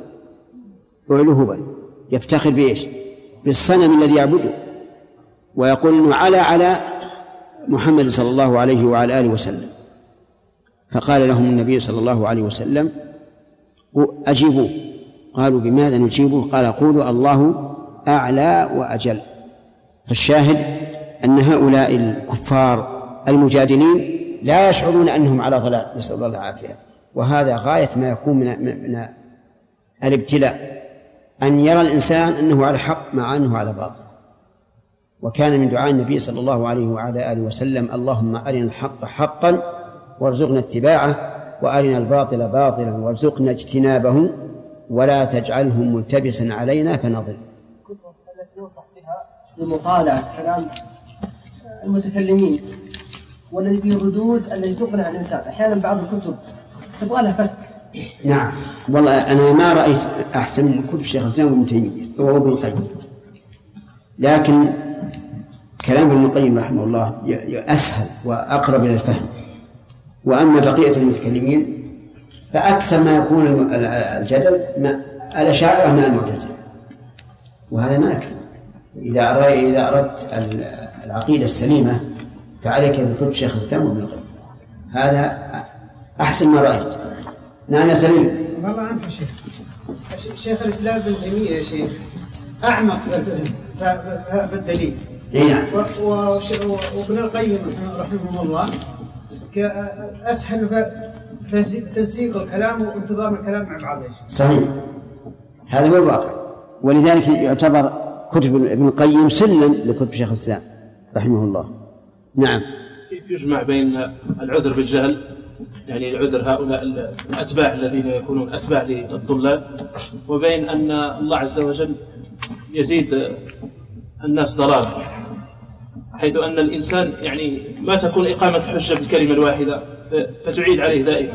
بل يفتخر بإيش؟ بالصنم الذي يعبده، ويقول إنه على محمد صلى الله عليه وعلى آله وسلم. فقال لهم النبي صلى الله عليه وسلم أجيبوا. قالوا بماذا نجيبه؟ قال قولوا الله أعلى وأجل. فالشاهد أن هؤلاء الكفار المجادلين لا يشعرون أنهم على ضلال، نسأل الله العافية. وهذا غاية ما يكون من الابتلاء، أن يرى الإنسان أنه على حق مع أنه على باطل. وكان من دعاء النبي صلى الله عليه وعلى آله وسلم اللهم أرنا الحق حقا وارزقنا اتباعه، وأرنا الباطل باطلا وارزقنا اجتنابه، ولا تجعله ملتبسا علينا فنضل. التي ينصح بها لمطالعة كلام المتكلمين، والذي فيه الردود التي تقنع الإنسان. أحيانا بعض الكتب تبغى لها فك. نعم، والله أنا ما رأيت أحسن من كتب الشيخ الإسلام وابن تيمية وابن القيم، لكن كلام ابن القيم رحمه الله أسهل وأقرب إلى الفهم. وأما بقية المتكلمين فأكثر ما يكون الجدل الأشاعرة من المعتزلة، وهذا ما يكفي. إذا أردت العقيدة السليمة فعليك بكتب شيخ الإسلام وابن القيم، هذا أحسن ما رأيت. نعم يا سليم. والله عنك شيخ. شيخ الإسلام ابن تيمية يا شيخ أعمق في الدليل. نعم. وابن القيم رحمه الله أسهل في تنسيق الكلام وانتظام الكلام مع بعض. صحيح، هذا هو الواقع، ولذلك يعتبر كتب ابن القيم سلم لكتب شيخ الإسلام رحمه الله. نعم. كيف يجمع بين العذر بالجهل، يعني العذر هؤلاء الأتباع الذين يكونون أتباع للطلاب، وبين أن الله عز وجل يزيد الناس ضلال، حيث أن الإنسان يعني ما تكون إقامة الحجة بالكلمة الواحدة فتعيد عليه دائما.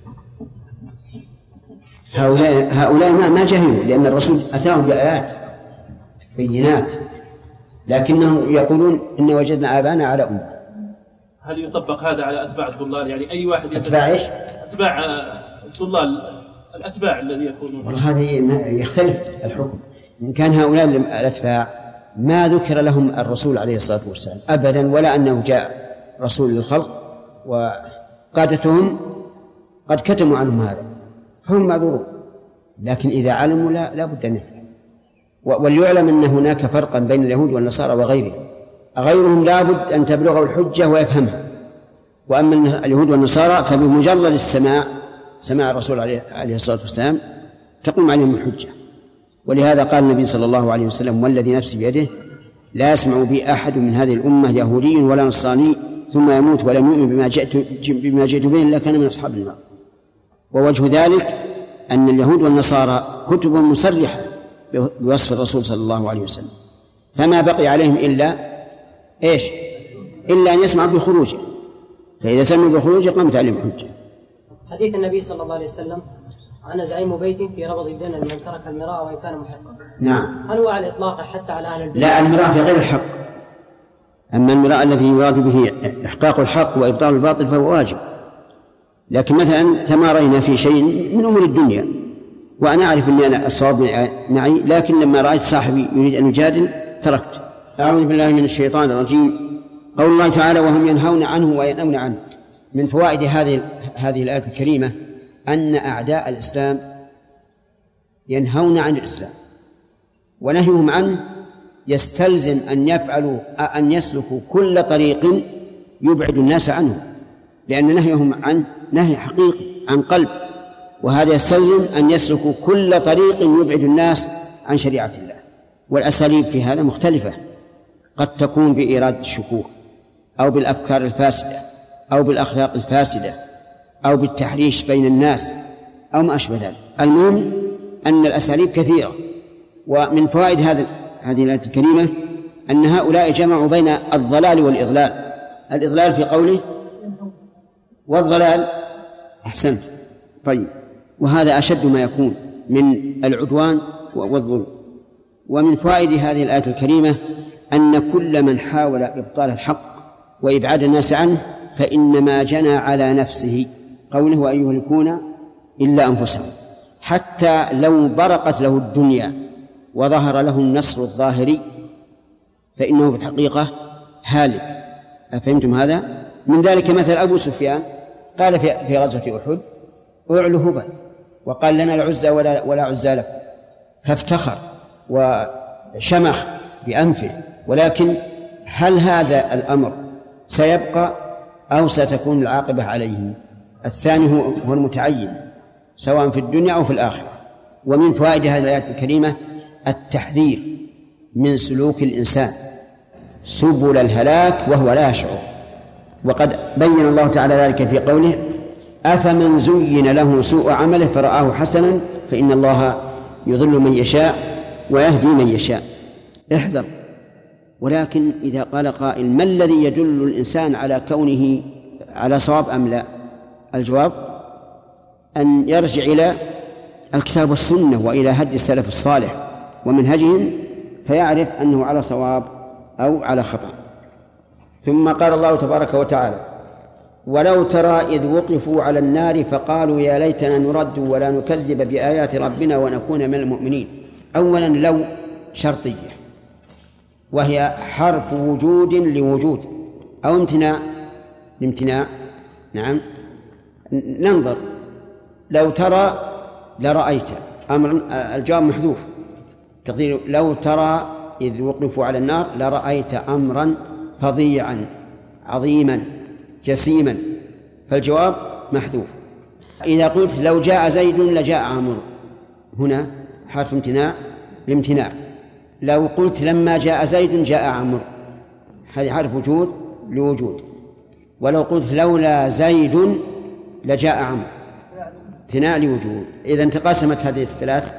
هؤلاء ما جهلوا، لأن الرسول أتاهم بآيات بينات، لكنهم يقولون إن وجدنا آباءنا على أمة. هل يطبق هذا على أتباع الضلال؟ يعني أي واحد أتباع إيش؟ أتباع الضلال، الأتباع الذي يكونون. والله هذا يختلف الحكم. إن كان هؤلاء الأتباع ما ذكر لهم الرسول عليه الصلاة والسلام أبدا، ولا أنه جاء رسول للخلق، وقادتهم قد كتموا عنهم هذا، فهم معذورون. لكن إذا علموا لا بد أن يفعلوا. وليعلم أن هناك فرقا بين اليهود والنصارى غيرهم لا بد أن تبلغه الحجة ويفهمها، وأما اليهود والنصارى فبمجرد سماع الرسول عليه الصلاة والسلام تقوم عليهم الحجة. ولهذا قال النبي صلى الله عليه وسلم: والذي نفسي بيده لا يسمع بي أحد من هذه الأمة يهودي ولا نصراني ثم يموت ولم يؤمن بما جئت به إلا كان من أصحاب النار. ووجه ذلك أن اليهود والنصارى كتبهم مصرحة بوصف الرسول صلى الله عليه وسلم، فما بقي عليهم إلا أن يسمعوا بخروجه، فإذا سمعوا بخروجه قامت عليهم حجة. حديث النبي صلى الله عليه وسلم: أنا زعيم بيت في ربض الجنة لمن ترك المراء وإن كان محقا. نعم. هل هو على الإطلاق حتى على أهل البدع؟ لا، المراء في غير الحق. أما المراء الذي يراد به إحقاق الحق وإبطال الباطل فهو واجب. لكن مثلا تمارينا في شيء من أمور الدنيا، وأنا أعرف أني أنا الصواب معي، لكن لما رأيت صاحبي يريد أن يجادل تركت. أعوذ بالله من الشيطان الرجيم. قول الله تعالى: وهم ينهون عنه وينأون عنه. من فوائد هذه الآية الكريمة أن أعداء الإسلام ينهون عن الإسلام، ونهيهم عنه يستلزم أن يسلكوا كل طريق يبعد الناس عنه، لأن نهيهم عنه نهي حقيقي عن قلب، وهذا يستلزم أن يسلكوا كل طريق يبعد الناس عن شريعة الله. والأساليب في هذا مختلفة، قد تكون بإيراد الشكوك، أو بالأفكار الفاسدة، أو بالأخلاق الفاسدة، أو بالتحريش بين الناس، أو ما أشبه ذلك. المهم أن الأساليب كثيرة. ومن فوائد هذه الآية الكريمة أن هؤلاء جمعوا بين الضلال والإضلال. الإضلال في قوله، والضلال أحسنت. طيب، وهذا أشد ما يكون من العدوان والظلم. ومن فوائد هذه الآية الكريمة أن كل من حاول إبطال الحق وإبعاد الناس عنه فإنما جنى على نفسه، قوله: وأن يهلكون إلا أنفسهم. حتى لو برقت له الدنيا وظهر له النصر الظاهري فإنه في الحقيقة هالك. أفهمتم هذا؟ من ذلك مثل أبو سفيان قال في غزوة أحد: أعلو هبل، وقال: لنا العزى ولا عزى لكم، فافتخر وشمخ بأنفه. ولكن هل هذا الأمر سيبقى أو ستكون العاقبة عليه؟ الثاني هو المتعين، سواء في الدنيا أو في الآخرة. ومن فوائد هذه الآيات الكريمة التحذير من سلوك الإنسان سبل الهلاك وهو لا يشعر. وقد بين الله تعالى ذلك في قوله: أفمن زين له سوء عمله فرآه حسنا فإن الله يضل من يشاء ويهدي من يشاء. احذر. ولكن إذا قال قائل: ما الذي يدل الإنسان على كونه على صواب أم لا؟ الجواب أن يرجع إلى الكتاب والسنة وإلى هدي السلف الصالح ومنهجهم، فيعرف أنه على صواب أو على خطأ. ثم قال الله تبارك وتعالى: ولو ترى إذ وقفوا على النار فقالوا يا ليتنا نرد ولا نكذب بآيات ربنا ونكون من المؤمنين. أولا لو شرطية، وهي حرف وجود لوجود أو امتناع لامتناع. نعم، ننظر: لو ترى لرأيت، أمر الجواب محذوف، تقدير لو ترى إذ وقفوا على النار لرأيت أمرا فظيعا عظيما جسيما، فالجواب محذوف. إذا قلت لو جاء زيد لجاء عمرو، هنا حرف امتناع لامتناع. لو قلت لما جاء زيد جاء عمرو، هذه حرف وجود لوجود. ولو قلت لولا زيد لجاء عمرو، امتناع لوجود. إذا انتقسمت هذه الثلاث،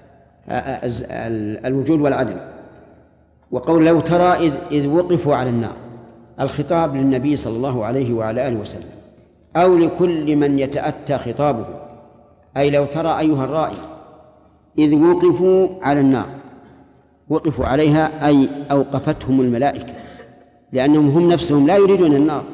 الوجود والعدم. وقول لو ترى إذ وقفوا على النار، الخطاب للنبي صلى الله عليه وعلى آله وسلم أو لكل من يتأتى خطابه، أي لو ترى أيها الرائي إذ وقفوا على النار، وقفوا عليها أي أوقفتهم الملائكة، لأنهم هم نفسهم لا يريدون النار،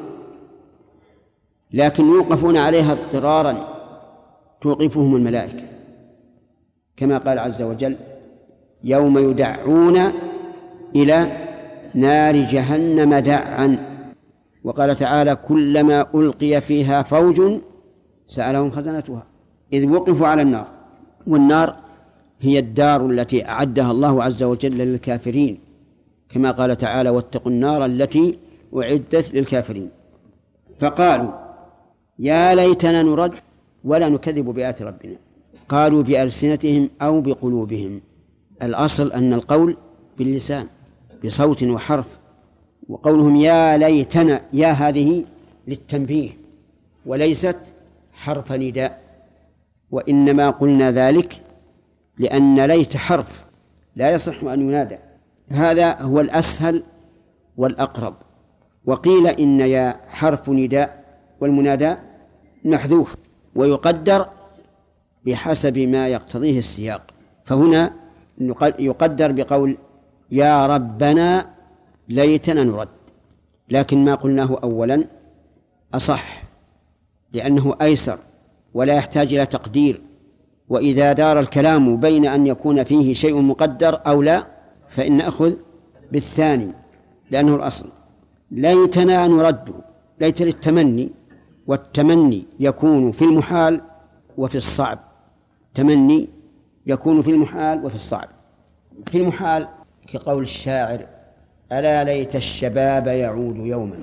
لكن يوقفون عليها اضطرارا توقفهم الملائكة، كما قال عز وجل يوم يدعون إلى نار جهنم دعا. وقال تعالى كلما ألقي فيها فوج سألهم خزنتها. إذ وقفوا على النار، والنار هي الدار التي أعدها الله عز وجل للكافرين، كما قال تعالى واتقوا النار التي أعدت للكافرين. فقالوا يا ليتنا نرد ولا نكذب بآيات ربنا. قالوا بألسنتهم أو بقلوبهم، الأصل أن القول باللسان بصوت وحرف. وقولهم يا ليتنا، يا هذه للتنبيه وليست حرف نداء، وإنما قلنا ذلك لأن ليت حرف لا يصح أن ينادى، هذا هو الأسهل والأقرب. وقيل إن يا حرف نداء والمنادى محذوف ويقدر بحسب ما يقتضيه السياق، فهنا يقدر بقول يا ربنا ليتنا نرد، لكن ما قلناه أولا أصح لأنه أيسر ولا يحتاج إلى تقدير. وإذا دار الكلام بين أن يكون فيه شيء مقدر أو لا فإن نأخذ بالثاني لأنه الأصل. ليتنا نرد، ليت للتمني، والتمني يكون في المحال وفي الصعب، تمني يكون في المحال وفي الصعب. في المحال كقول الشاعر ألا ليت الشباب يعود يوما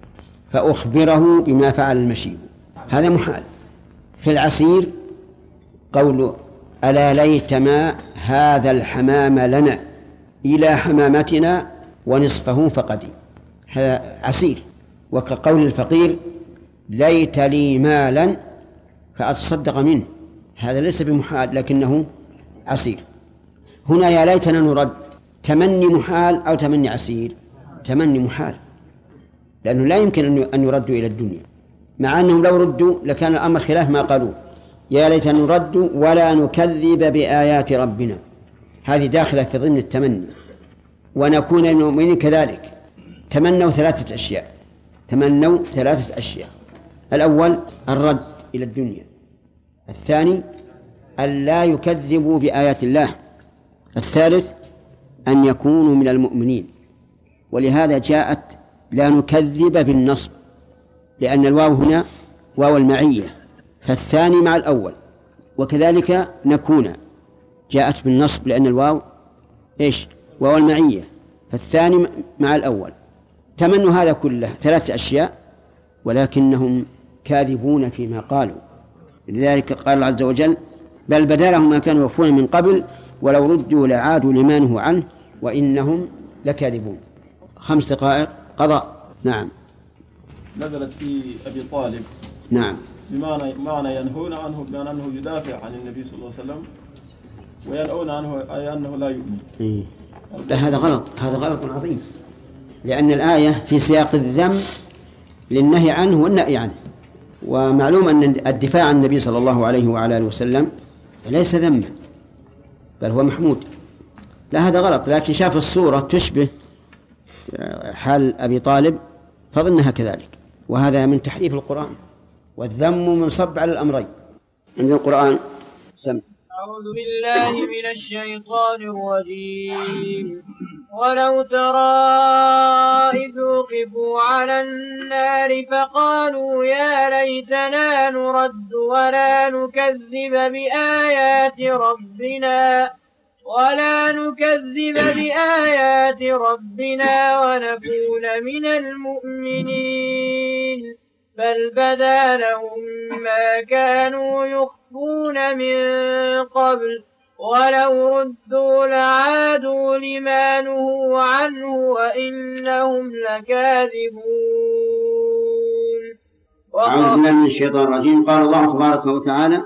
فأخبره بما فعل المشيب، هذا محال. في العسير قول ألا ليت ما هذا الحمام لنا إلى حمامتنا ونصفه فقدي، هذا عسير. وكقول الفقير ليت لي مالا فأتصدق منه، هذا ليس بمحال لكنه عسير. هنا يا ليتنا نرد، تمني محال أو تمني عسير؟ تمني محال، لأنه لا يمكن أن يردوا إلى الدنيا، مع أنهم لو ردوا لكان الأمر خلاف ما قالوا يا ليتنا نرد ولا نكذب بآيات ربنا، هذه داخلة في ضمن التمني. ونكون من المؤمنين كذلك. تمنوا ثلاثة أشياء، تمنوا ثلاثة أشياء: الأول الرد إلى الدنيا، الثاني أن لا يكذبوا بآيات الله، الثالث أن يكونوا من المؤمنين. ولهذا جاءت لا نكذب بالنصب، لأن الواو هنا واو المعية، فالثاني مع الأول. وكذلك نكون جاءت بالنصب لأن الواو إيش؟ واو المعية، فالثاني مع الأول. تمنوا هذا كله ثلاثة أشياء، ولكنهم كاذبون فيما قالوا. لذلك قال الله عز وجل بل بدا لهم ما كانوا يخفون من قبل ولو ردوا لعادوا لما نهوا عنه وإنهم لكاذبون. 5 دقائق قضاء. نعم. نزلت في أبي طالب. نعم. بمعنى ينهون عنه بأن أنه يدافع عن النبي صلى الله عليه وسلم، وينهون عنه أي أنه لا يؤمن. لا، هذا غلط، هذا غلط عظيم، لأن الآية في سياق الذم للنهي عنه والنهي عنه، ومعلوم أن الدفاع عن النبي صلى الله عليه وعلى آله وسلم ليس ذما بل هو محمود. لا، هذا غلط، لكن شاف الصورة تشبه حال أبي طالب فظنها كذلك، وهذا من تحريف القرآن، والذم منصب على الأمرين عند القرآن. سمع. أعوذ بالله من الشيطان الرجيم. ولو ترى إذ وقفوا على النار فقالوا يا ليتنا نرد ولا نكذب بآيات ربنا ونكون من المؤمنين بل بدا لهم ما كانوا يخفون من قبل ولو ردوا لعادوا لما نهوا عنه وإنهم لكاذبون. أعوذ بالله من الشيطان الرجيم. قال الله تبارك وتعالى: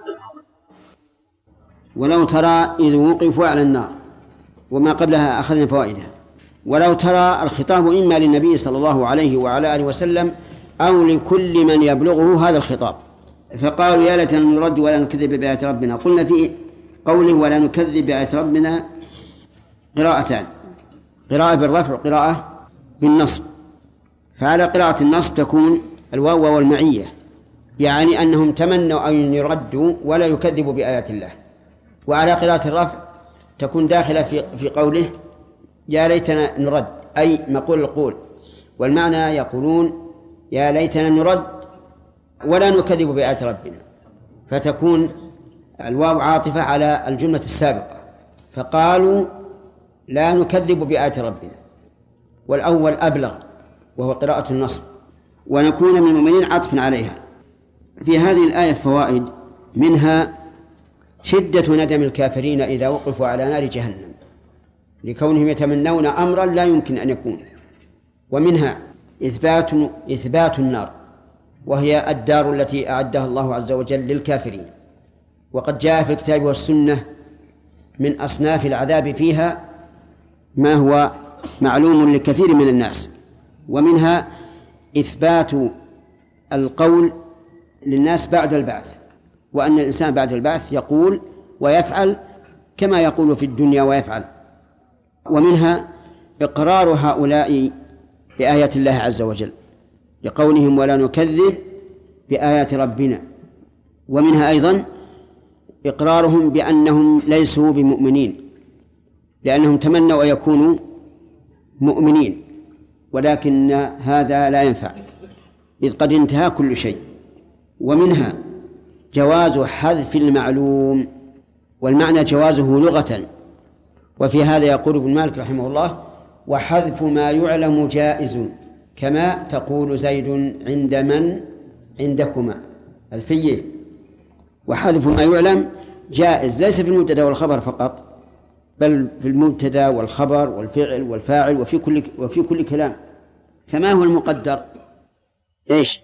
ولو ترى إذ وقفوا على النار، وما قبلها أخذنا فوائدها. ولو ترى الخطاب إما للنبي صلى الله عليه وعلى آله وسلم أو لكل من يبلغه هذا الخطاب. فقالوا يا ليتنا نرد ولا نكذب بآيات ربنا. قلنا في قوله ولا نكذب بآيات ربنا قراءتان: قراءة بالرفع وقراءة بالنصب. فعلى قراءة النصب تكون الواو والمعية، يعني أنهم تمنوا أن يردوا ولا يكذبوا بآيات الله. وعلى قراءة الرفع تكون داخلة في قوله يا ليتنا نرد، أي مقول القول، والمعنى يقولون يا ليتنا نرد ولا نكذب بآيات ربنا، فتكون الواو عاطفة على الجملة السابقة. فقالوا لا نكذب بآيات ربنا، والأول أبلغ وهو قراءة النصب، ونكون من المؤمنين عطف عليها. في هذه الآية فوائد، منها شدة ندم الكافرين إذا وقفوا على نار جهنم لكونهم يتمنون أمرا لا يمكن أن يكون. ومنها إثبات النار، وهي الدار التي أعدها الله عز وجل للكافرين، وقد جاء في الكتاب والسنة من أصناف العذاب فيها ما هو معلوم لكثير من الناس. ومنها إثبات القول للناس بعد البعث، وأن الإنسان بعد البعث يقول ويفعل كما يقول في الدنيا ويفعل. ومنها إقرار هؤلاء بآيات الله عز وجل لقولهم ولا نكذب بآيات ربنا. ومنها أيضا إقرارهم بأنهم ليسوا بمؤمنين، لأنهم تمنوا أن يكونوا مؤمنين، ولكن هذا لا ينفع إذ قد انتهى كل شيء. ومنها جواز حذف المعلوم، والمعنى جوازه لغة. وفي هذا يقول ابن مالك رحمه الله: وحذف ما يعلم جائز كما تقول زيد عند من عندكما الفيه. وحذف ما يعلم جائز ليس في المبتدا والخبر فقط، بل في المبتدا والخبر والفعل والفاعل وفي كل كلام. فما هو المقدر؟ إيش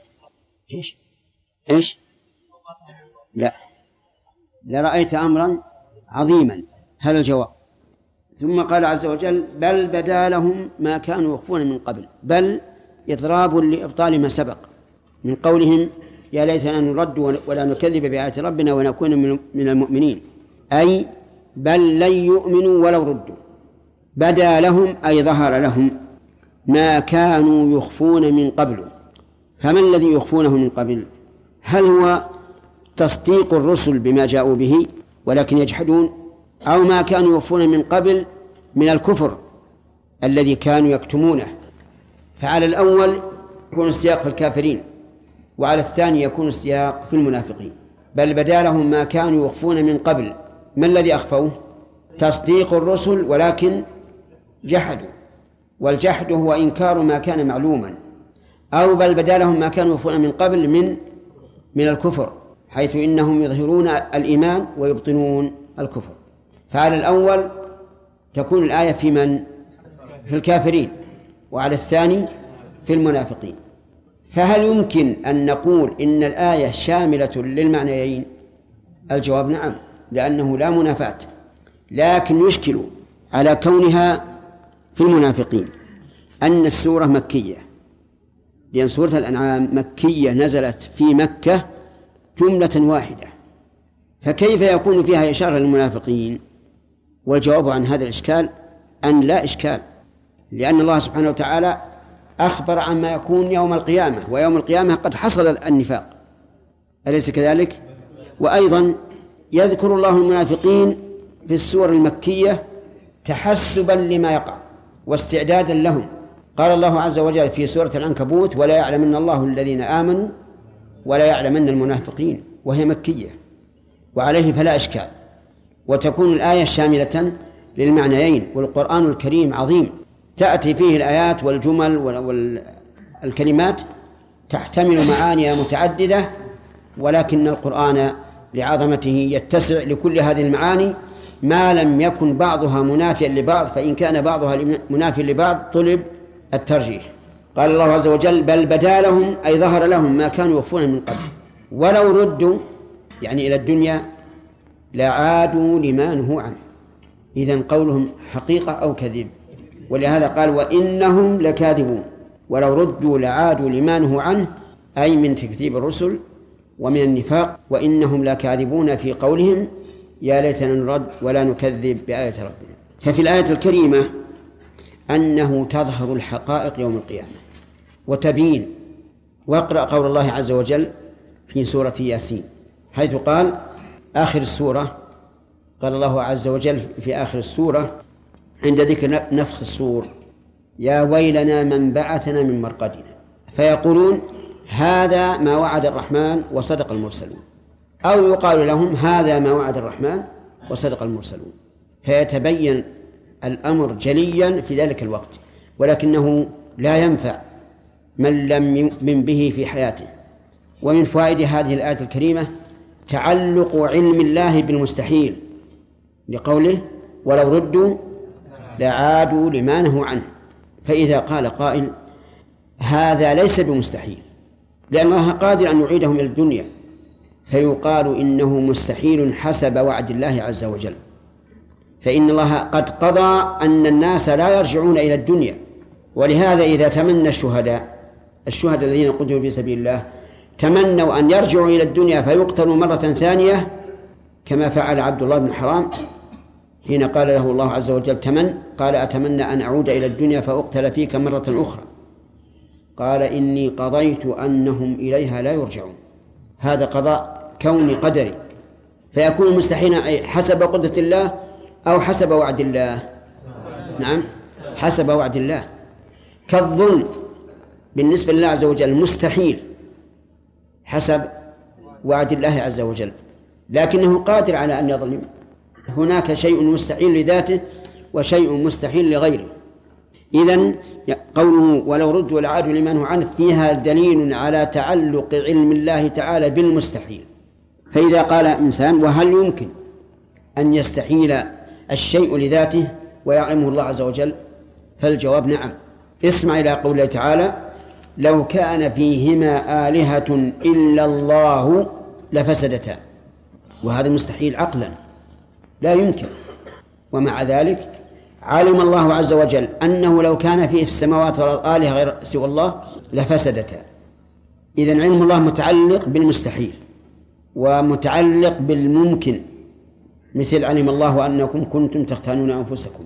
لا لرأيت أمرا عظيما، هذا الجواب. ثم قال عز وجل: بل بدا لهم ما كانوا يخفون من قبل. بل إضراب لإبطال ما سبق من قولهم يا ليتنا نرد ولا نكذب بآيات ربنا ونكون من المؤمنين، أي بل لن يؤمنوا ولو ردوا. بدا لهم أي ظهر لهم ما كانوا يخفون من قبل. فما الذي يخفونه من قبل؟ هل هو تصديق الرسل بما جاءوا به ولكن يجحدون، أو ما كانوا يخفون من قبل من الكفر الذي كانوا يكتمونه؟ فعلى الأول يكون السياق في الكافرين، وعلى الثاني يكون السياق في المنافقين. بل بدا لهم ما كانوا يخفون من قبل. ما الذي أخفوه؟ تصديق الرسل ولكن جحدوا، والجحد هو إنكار ما كان معلوما. أو بل بدا لهم ما كانوا يخفون من قبل من الكفر، حيث إنهم يظهرون الإيمان ويبطنون الكفر. فعلى الأول تكون الآية في من؟ في الكافرين، وعلى الثاني في المنافقين. فهل يمكن أن نقول إن الآية شاملة للمعنيين؟ الجواب نعم، لأنه لا منافاة. لكن يشكل على كونها في المنافقين أن السورة مكية، لأن سورة الأنعام مكية نزلت في مكة جملة واحدة، فكيف يكون فيها إشارة للمنافقين؟ والجواب عن هذا الإشكال أن لا إشكال، لأن الله سبحانه وتعالى أخبر عما يكون يوم القيامة، ويوم القيامة قد حصل النفاق، أليس كذلك؟ وأيضا يذكر الله المنافقين في السور المكية تحسبا لما يقع واستعدادا لهم، قال الله عز وجل في سورة العنكبوت: ولا يعلمن الله الذين آمنوا ولا يعلمن المنافقين، وهي مكية وعليه فلا إشكال. وتكون الآية شاملة للمعنيين. والقرآن الكريم عظيم، تأتي فيه الآيات والجمل والكلمات تحتمل معاني متعددة، ولكن القرآن لعظمته يتسع لكل هذه المعاني ما لم يكن بعضها منافيا لبعض، فإن كان بعضها منافيا لبعض طلب الترجيح. قال الله عز وجل: بل بدا لهم، أي ظهر لهم ما كانوا يخفون من قبل، ولو ردوا يعني إلى الدنيا لعادوا لما نهوا عنه. إذن قولهم حقيقة أو كذب، ولهذا قال: وإنهم لكاذبون. ولو ردوا لعادوا لما نهوا عنه، أي من تكذيب الرسل ومن النفاق. وإنهم لكاذبون في قولهم: يا ليتنا نرد ولا نكذب بآية ربنا. ففي الآية الكريمة أنه تظهر الحقائق يوم القيامة وتبين. واقرأ قول الله عز وجل في سورة ياسين حيث قال آخر السورة، قال الله عز وجل في آخر السورة عند ذكر نفخ الصور: يا ويلنا من بعثنا من مرقدنا. فيقولون: هذا ما وعد الرحمن وصدق المرسلون، أو يقال لهم: هذا ما وعد الرحمن وصدق المرسلون. فيتبين الأمر جليا في ذلك الوقت، ولكنه لا ينفع من لم يؤمن به في حياته. ومن فوائد هذه الآية الكريمة تعلق علم الله بالمستحيل، لقوله: ولو ردوا لعادوا لما نهوا عنه. فإذا قال قائل: هذا ليس بمستحيل لأن الله قادر أن يعيدهم إلى الدنيا، فيقال إنه مستحيل حسب وعد الله عز وجل، فإن الله قد قضى أن الناس لا يرجعون إلى الدنيا. ولهذا إذا تمنى الشهداء الذين قتلوا في سبيل الله تمنوا أن يرجعوا إلى الدنيا فيقتلوا مرة ثانية، كما فعل عبد الله بن حرام حين قال له الله عز وجل: قال: أتمنى أن أعود إلى الدنيا فأقتل فيك مرة أخرى. قال: إني قضيت أنهم إليها لا يرجعون. هذا قضاء كوني قدري، فيكون مستحيلا حسب قدرة الله أو حسب وعد الله. نعم، حسب وعد الله. كالظلم بالنسبة لله عز وجل مستحيل حسب وعد الله عز وجل، لكنه قادر على أن يظلم. هناك شيء مستحيل لذاته وشيء مستحيل لغيره. إذن قوله: ولو ردوا لعادوا لما نهوا عنه فيها دليل على تعلق علم الله تعالى بالمستحيل. فإذا قال إنسان: وهل يمكن أن يستحيل الشيء لذاته ويعلمه الله عز وجل؟ فالجواب: نعم. اسمع إلى قوله تعالى: لو كان فيهما آلهة إلا الله لفسدتا. وهذا مستحيل عقلا، لا يمكن. ومع ذلك علم الله عز وجل أنه لو كان فيه في السماوات والأرض آلهة غير سوى الله لفسدتا. إذن علم الله متعلق بالمستحيل ومتعلق بالممكن، مثل علم الله أنكم كنتم تختانون أنفسكم،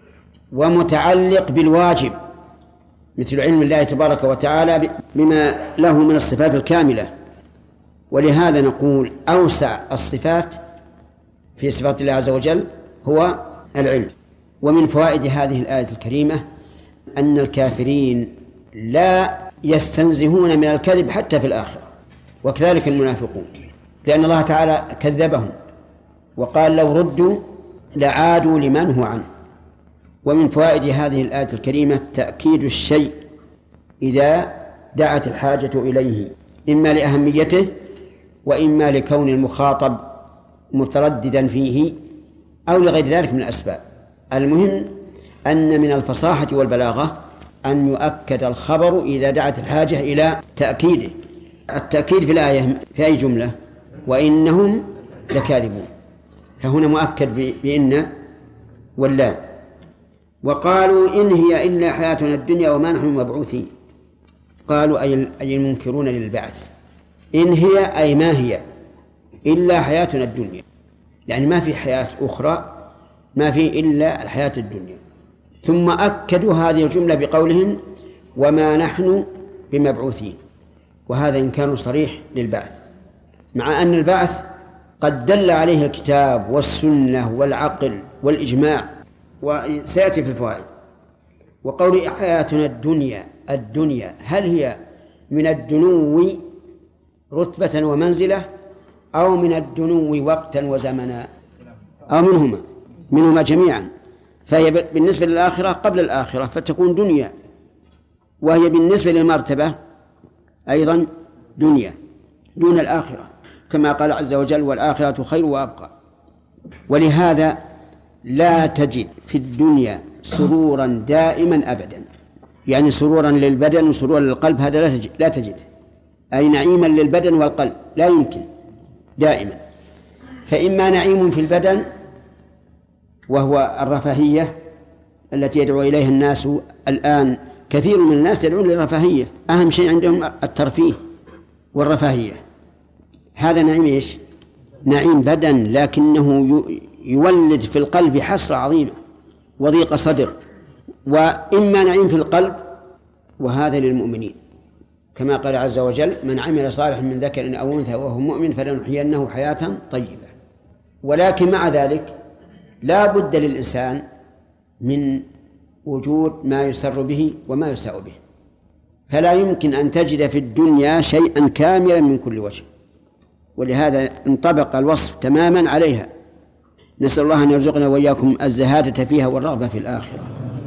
ومتعلق بالواجب مثل علم الله تبارك وتعالى بما له من الصفات الكاملة. ولهذا نقول أوسع الصفات في صفات الله عز وجل هو العلم. ومن فوائد هذه الآية الكريمة أن الكافرين لا يستنزهون من الكذب حتى في الآخرة، وكذلك المنافقون، لأن الله تعالى كذبهم وقال: لو ردوا لعادوا لما نهوا عنه. ومن فوائد هذه الآية الكريمة تأكيد الشيء إذا دعت الحاجة إليه، إما لأهميته وإما لكون المخاطب مترددا فيه أو لغير ذلك من الأسباب. المهم أن من الفصاحة والبلاغة أن يؤكد الخبر إذا دعت الحاجة إلى تأكيده. التأكيد في الآية في أي جملة؟ وإنهم لكاذبون، فهنا مؤكد بإن واللام. وقالوا إن هي إلا حياتنا الدنيا وما نحن مبعوثين. قالوا أي المنكرون للبعث. إن هي أي ما هي إلا حياتنا الدنيا، يعني ما في حياة أخرى، ما في إلا الحياة الدنيا. ثم أكدوا هذه الجملة بقولهم: وما نحن بمبعوثين. وهذا إنكار صريح للبعث، مع أن البعث قد دل عليه الكتاب والسنة والعقل والإجماع، وسيأتي في الفوائد. وقول حياتنا الدنيا هل هي من الدنو رتبة ومنزلة أو من الدنو وقتا وزمنا أو منهما جميعا؟ فهي بالنسبة للآخرة قبل الآخرة فتكون دنيا، وهي بالنسبة للمرتبة أيضا دنيا دون الآخرة، كما قال عز وجل والآخرة خير وأبقى. ولهذا لا تجد في الدنيا سرورا دائما أبدا، يعني سرورا للبدن وسرورا للقلب هذا لا تجد، أي نعيما للبدن والقلب لا يمكن دائما. فإما نعيم في البدن وهو الرفاهية التي يدعو إليها الناس الآن، كثير من الناس يدعون للرفاهية، أهم شيء عندهم الترفيه والرفاهية، هذا نعيم إيش؟ نعيم بدن، لكنه يولد في القلب حسرة عظيمة وضيق صدر. وإما نعيم في القلب وهذا للمؤمنين، كما قال عز وجل من عمل صالحا من ذكر أو أنثى وهو مؤمن فلنحيينه حياة طيبة. ولكن مع ذلك لا بد للإنسان من وجود ما يسر به وما يساء به، فلا يمكن أن تجد في الدنيا شيئا كاملا من كل وجه، ولهذا انطبق الوصف تماما عليها. نسأل الله أن يرزقنا وإياكم الزهادة فيها والرغبة في الآخرة.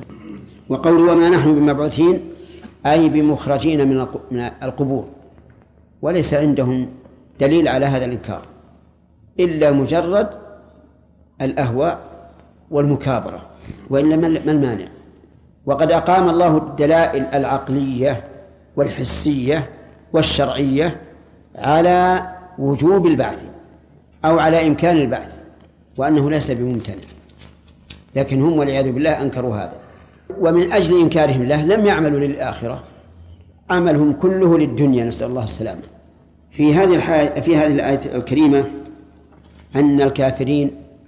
وقول وما نحن بمبعوثين أي بمخرجين من القبور، وليس عندهم دليل على هذا الإنكار إلا مجرد الأهواء والمكابرة، وإلا ما المانع؟ وقد أقام الله الدلائل العقلية والحسية والشرعية على وجوب البعث أو على إمكان البعث، وأنه ليس بممتنع، لكن هم والعياذ بالله أنكروا هذا. ومن أجل إنكارهم له لم يعملوا للآخرة، عملهم كله للدنيا، نسأل الله السلامة. في هذه الآية الكريمة أن الكافرين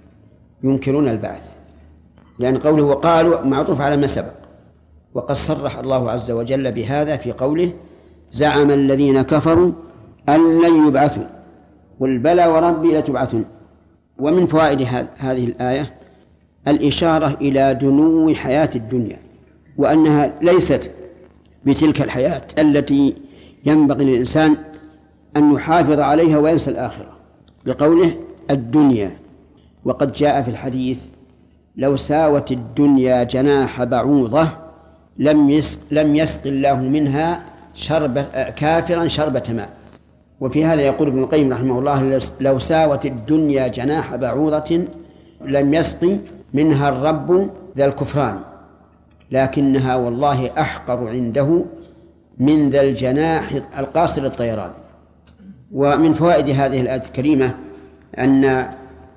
ينكرون البعث، لأن قوله وقالوا معطوف على ما سبق، وقد صرح الله عز وجل بهذا في قوله زعم الذين كفروا أن لن يبعثوا قل بلى وربي لتبعثون. ومن فوائد هذه الآية الإشارة إلى دنو حياة الدنيا، وأنها ليست بتلك الحياة التي ينبغي للإنسان أن يحافظ عليها وينسى الآخرة، بقوله الدنيا. وقد جاء في الحديث لو ساوت الدنيا جناح بعوضة لم يسق الله منها كافرا شربة ماء. وفي هذا يقول ابن القيم رحمه الله لو ساوت الدنيا جناح بعوضة لم يسقي منها الرب ذا الكفران، لكنها والله أحقر عنده من ذا الجناح القاصر الطيران. ومن فوائد هذه الآية الكريمة أن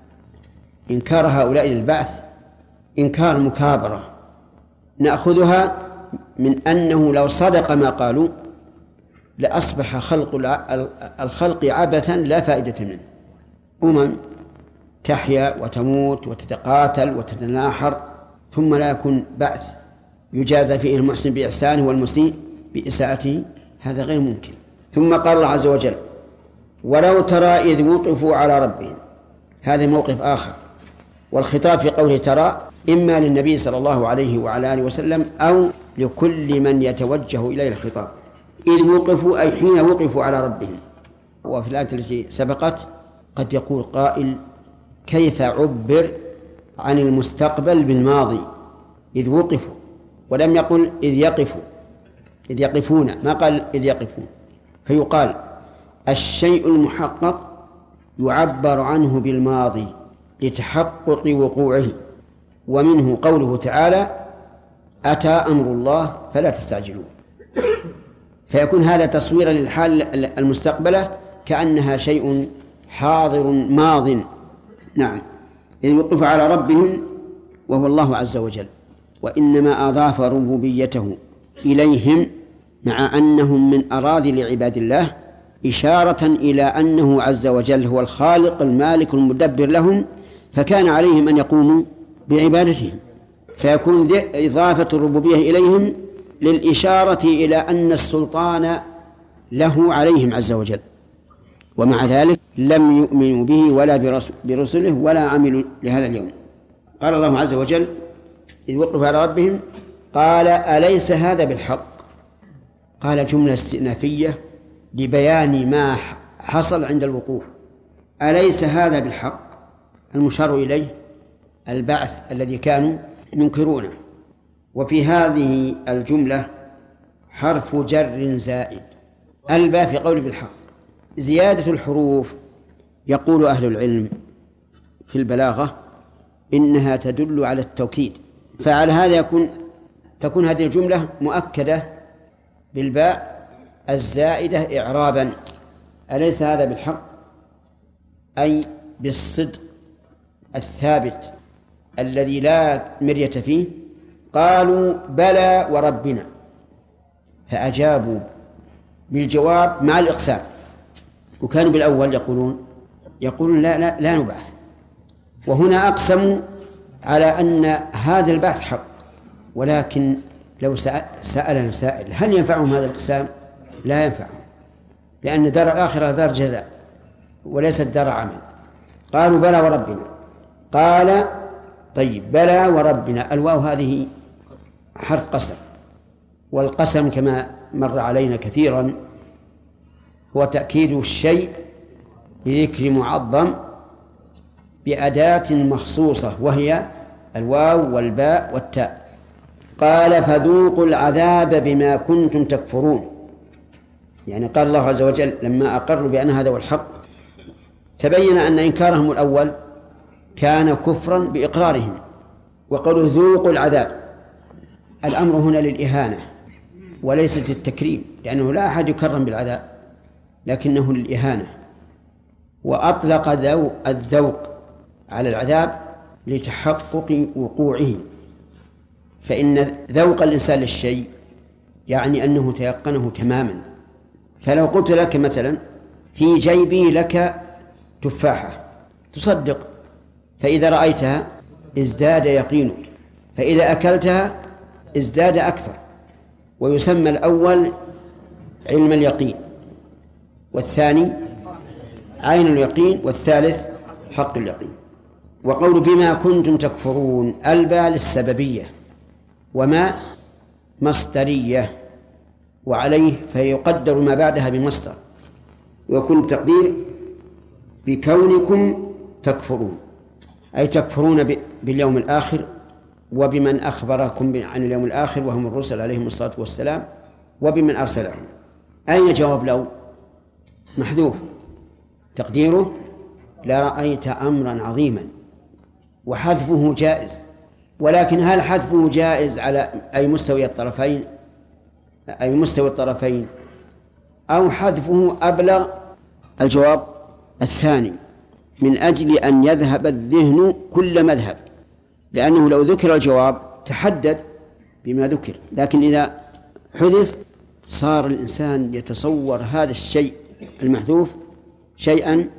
إنكار هؤلاء للبعث إنكار مكابرة، نأخذها من أنه لو صدق ما قالوا لأصبح الخلق عبثا لا فائدة منه، تحيا وتموت وتتقاتل وتتناحر ثم لا يكون بعث يجازى فيه المحسن بإحسانه والمسيء بإساءته، هذا غير ممكن. ثم قال الله عز وجل ولو ترى إذ وقفوا على ربهم، هذا موقف آخر، والخطاب في قوله ترى إما للنبي صلى الله عليه وعلى آله وسلم أو لكل من يتوجه إليه الخطاب. إذ وقفوا أي حين وقفوا على ربهم. وفي الآية التي سبقت قد يقول قائل كيف عبر عن المستقبل بالماضي إذ وقفوا، ولم يقل إذ يقفوا، إذ يقفون، ما قال إذ يقفون. فيقال الشيء المحقق يعبر عنه بالماضي لتحقق وقوعه، ومنه قوله تعالى أتى أمر الله فلا تستعجلوه، فيكون هذا تصويرا للحال المستقبلة كأنها شيء حاضر ماض. نعم، إذ وقفوا على ربهم وهو الله عز وجل، وإنما أضاف ربوبيته إليهم مع أنهم من أراذل عباد الله إشارة إلى أنه عز وجل هو الخالق المالك المدبر لهم، فكان عليهم أن يقوموا بعبادتهم، فيكون إضافة الربوبية إليهم للإشارة إلى أن السلطان له عليهم عز وجل، ومع ذلك لم يؤمنوا به ولا برسله ولا عملوا لهذا اليوم. قال الله عز وجل إذ وقفوا على ربهم قال أليس هذا بالحق؟ قال جملة استئنافية لبيان ما حصل عند الوقوف. أليس هذا بالحق؟ المشار إليه البعث الذي كانوا ينكرونه. وفي هذه الجملة حرف جر زائد، الباء في قول بالحق. زيادة الحروف يقول أهل العلم في البلاغة إنها تدل على التوكيد، فعلى هذا تكون هذه الجملة مؤكدة بالباء الزائدة إعرابا. أليس هذا بالحق؟ أي بالصدق الثابت الذي لا مرية فيه. قالوا بلى وربنا، فأجابوا بالجواب مع الإقسام. وكانوا بالأول يقولون لا نبعث، وهنا أقسموا على أن هذا البعث حق. ولكن لو سألنا سائل هل ينفعهم هذا الإقسام؟ لا ينفعهم، لأن دار الآخرة دار جزاء وليست دار عمل. قالوا بلى وربنا. قال طيب بلى وربنا، الواو هذه حرف قسم، والقسم كما مر علينا كثيرا هو تأكيد الشيء بذكر معظم بأداة مخصوصة وهي الواو والباء والتاء. قال فذوقوا العذاب بما كنتم تكفرون، يعني قال الله عز وجل لما أقروا بأن هذا هو الحق تبين أن إنكارهم الأول كان كفرا بإقرارهم، وقالوا ذوقوا العذاب. الأمر هنا للإهانة وليس للتكريم، لأنه لا أحد يكرم بالعذاب، لكنه للإهانة. وأطلق الذوق على العذاب لتحقق وقوعه، فإن ذوق الإنسان للشيء يعني أنه تيقنه تماما. فلو قلت لك مثلا في جيبي لك تفاحة تصدق، فإذا رأيتها ازداد يقينك، فإذا أكلتها ازداد أكثر. ويسمى الأول علم اليقين، والثاني عين اليقين، والثالث حق اليقين. وقول بما كنتم تكفرون الباء للسببية، وما مصدرية، وعليه فيقدر ما بعدها بمصدر، ويكون التقدير بكونكم تكفرون، أي تكفرون باليوم الآخر وبمن أخبركم عن اليوم الآخر وهم الرسل عليهم الصلاة والسلام، وبمن أرسلهم. أين جواب لو؟ محذوف، تقديره لرأيت أمرا عظيما، وحذفه جائز. ولكن هل حذفه جائز على أي مستوي الطرفين أو حذفه أبلغ؟ الجواب الثاني، من أجل أن يذهب الذهن كل مذهب، لأنه لو ذكر الجواب تحدد بما ذكر، لكن إذا حذف صار الإنسان يتصور هذا الشيء المحذوف شيئا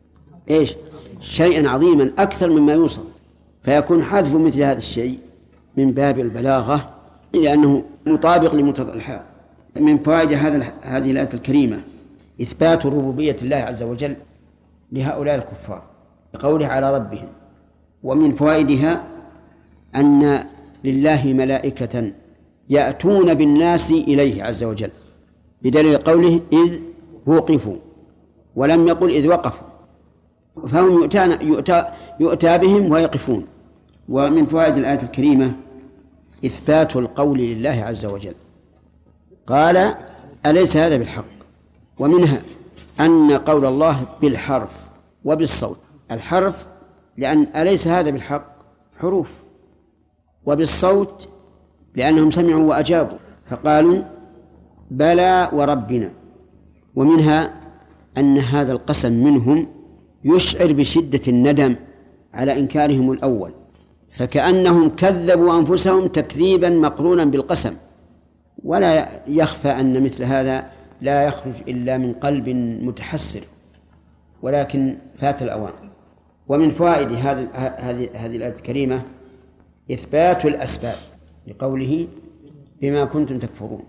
عظيما أكثر مما يوصف، فيكون حذف مثل هذا الشيء من باب البلاغة لأنه مطابق لمقتضى الحال. من فوائد هذه الآية الكريمة إثبات ربوبية الله عز وجل لهؤلاء الكفار بقوله على ربهم. ومن فوائدها أن لله ملائكة يأتون بالناس إليه عز وجل، بدليل قوله إذ وقفوا، ولم يقل إذ وقفوا، فهم يؤتى بهم ويقفون. ومن فوائد الآية الكريمة إثبات القول لله عز وجل، قال أليس هذا بالحق؟ ومنها أن قول الله بالحرف وبالصوت. الحرف لأن أليس هذا بالحق حروف، وبالصوت لأنهم سمعوا وأجابوا فقالوا بلى وربنا. ومنها أن هذا القسم منهم يشعر بشدة الندم على إنكارهم الأول، فكأنهم كذبوا أنفسهم تكذيبا مقرونا بالقسم. ولا يخفى أن مثل هذا لا يخرج إلا من قلب متحسر، ولكن فات الأوان. ومن فوائد هذه الآية الكريمة إثبات الأسباب لقوله بما كنتم تكفرون.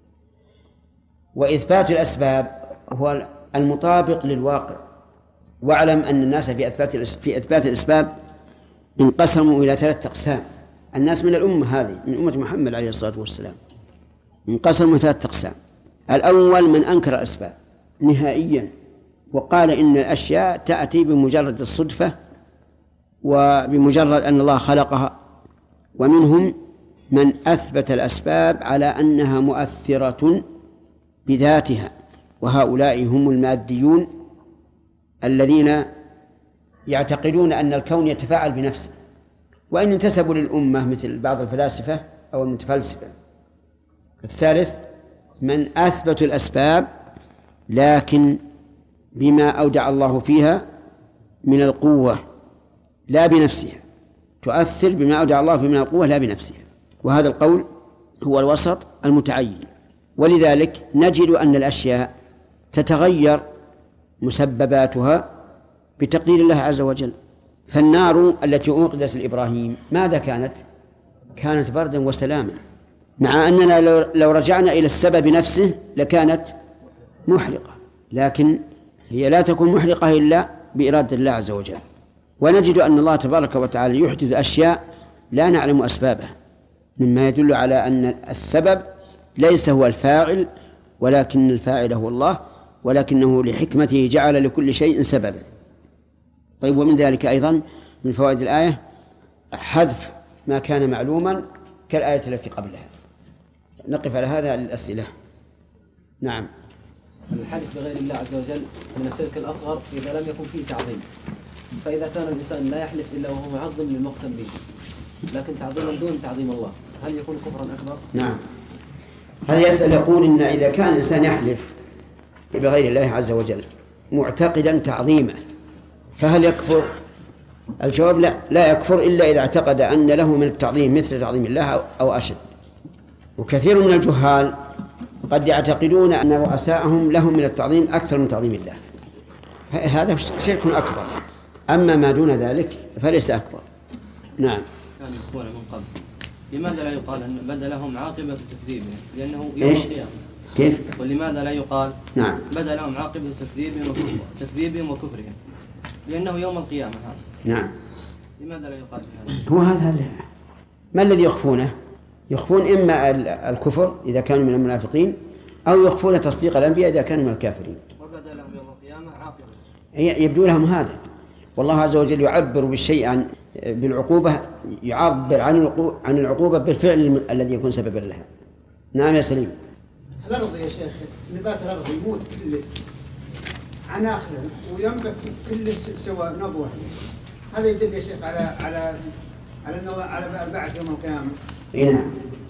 وإثبات الأسباب هو المطابق للواقع. واعلم أن الناس في إثبات الأسباب انقسموا إلى 3 أقسام. الناس من الأمة هذه، من أمة محمد عليه الصلاة والسلام، انقسموا 3 أقسام. الأول من أنكر الأسباب نهائيا وقال إن الأشياء تأتي بمجرد الصدفة وبمجرد أن الله خلقها. ومنهم من أثبت الأسباب على أنها مؤثرة بذاتها، وهؤلاء هم الماديون الذين يعتقدون أن الكون يتفاعل بنفسه، وإن انتسبوا للأمة مثل بعض الفلاسفة أو المتفلسفة. الثالث من أثبتوا الأسباب لكن بما أودع الله فيها من القوة لا بنفسها، تؤثر بما أودع الله فيها من القوة لا بنفسها، وهذا القول هو الوسط المتعين. ولذلك نجد أن الأشياء تتغير مسبباتها بتقدير الله عز وجل. فالنار التي أوقدت لإبراهيم ماذا كانت؟ كانت بردا وسلاما، مع أننا لو رجعنا إلى السبب نفسه لكانت محرقة، لكن هي لا تكون محرقة إلا بإرادة الله عز وجل. ونجد أن الله تبارك وتعالى يحدث أشياء لا نعلم أسبابها، مما يدل على أن السبب ليس هو الفاعل ولكن الفاعل هو الله، ولكنه لحكمته جعل لكل شيء سببا. طيب، ومن ذلك أيضا من فوائد الآية حذف ما كان معلوما كالآية التي قبلها. نقف على هذا للأسئلة. نعم. الحلف بغير الله عز وجل من الشرك الأصغر إذا لم يكن فيه تعظيم، فإذا كان الإنسان لا يحلف إلا وهو معظم للمقسم به لكن تعظيما دون تعظيم الله، هل يكون كفرا أكبر؟ نعم. هذا يسأل يقول إن إذا كان الإنسان يحلف بغير الله عز وجل معتقدا تعظيمه فهل يكفر؟ الجواب لا يكفر إلا إذا اعتقد أن له من التعظيم مثل تعظيم الله أو أشد. وكثير من الجهال قد يعتقدون أن رؤساءهم لهم من التعظيم أكثر من تعظيم الله، هذا شرك أكبر. أما ما دون ذلك فليس أكبر. نعم. كان يقول من قبل لماذا لا يقال أن بدا لهم عاقبة تكذيبهم لأنه يوم إيش؟ القيامة؟ كيف؟ ولماذا لا يقال نعم بدا لهم عاقبة تكذيبهم وكفرهم لأنه يوم القيامة هذا؟ نعم. لماذا لا يقال هذا؟ هو هذا ما الذي يخفونه؟ يخفون إما الكفر إذا كانوا من المنافقين أو يخفون تصديق الأنبياء إذا كانوا من الكافرين. وبدا لهم يوم القيامة عاقبة، يبدو لهم هذا. والله عز وجل يعبر بالشيء بالعقوبة، يعبر عن العقوبة بالفعل الذي يكون سببا لها. نعم يا سليم. الأرض يا شيخ، نبات الأرض يموت كله عناخله وينبت كله سوى نبوة، هذا يدل يا شيخ على أن الله على البعث يوم القيامة. نعم.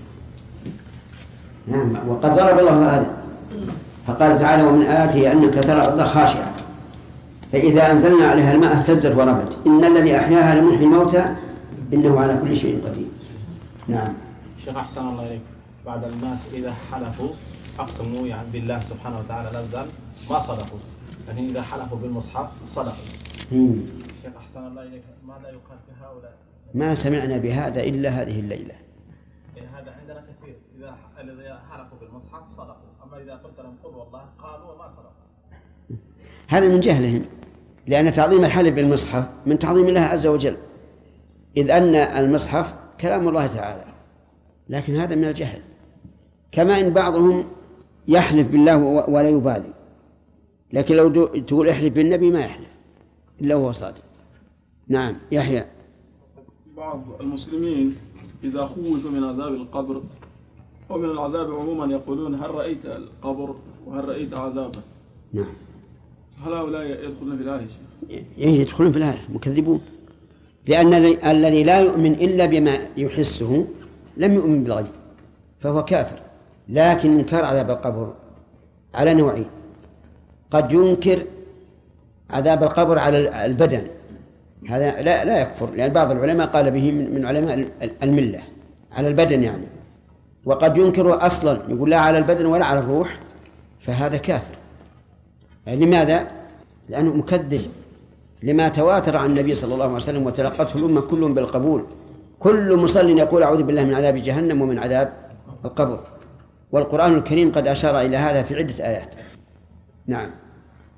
نعم. وقد ضرب الله هذا فقال تعالى: ومن آياته أنك ترى الأرض خاشعة فإذا أنزلنا عليها الماء اهتزت وربت إن الذي أحياها لمحيي الموتى إنه على كل شيء قدير. نعم. شيخ أحسن الله إليك، بعد الناس إذا حلفوا أقسموا يعني بالله سبحانه وتعالى لفظا ما صدقوا، لكن إذا حلفوا بالمصحف صدقوا. شيخ أحسن الله إليك، ماذا يقال في هؤلاء؟ ما سمعنا بهذا إلا هذه الليلة. هذا عندنا كثير، إذا حلفوا بالمصحف صدقوا، أما إذا قلت لهم قل والله قالوا وما صدقوا. هذا من جهلهم، لأن تعظيم الحلف بالمصحف من تعظيم الله عز وجل، إذ أن المصحف كلام الله تعالى، لكن هذا من الجهل. كما إن بعضهم يحلف بالله ولا يبالي، لكن لو تقول احلف بالنبي ما يحلف إلا هو صادق. نعم. يحيى. بعض المسلمين إذا خوفوا من عذاب القبر ومن العذاب عموما يقولون هل رأيت القبر وهل رأيت عذابه؟ نعم. هل هؤلاء يدخلون في الآية؟ يدخلون في الآية مكذبون، لأن الذي لا يؤمن إلا بما يحسه لم يؤمن بالغيب فهو كافر. لكن إنكار عذاب القبر على نوعين: قد ينكر عذاب القبر على البدن، هذا لا يكفر، لأن بعض العلماء قال به من علماء الملة على البدن يعني. وقد ينكره أصلا، يقول لا على البدن ولا على الروح، فهذا كافر. لماذا؟ لأنه مكذب لما تواتر عن النبي صلى الله عليه وسلم وتلقته الأمة كلهم بالقبول. كل مصل يقول أعوذ بالله من عذاب جهنم ومن عذاب القبر، والقرآن الكريم قد أشار إلى هذا في عدة آيات. نعم.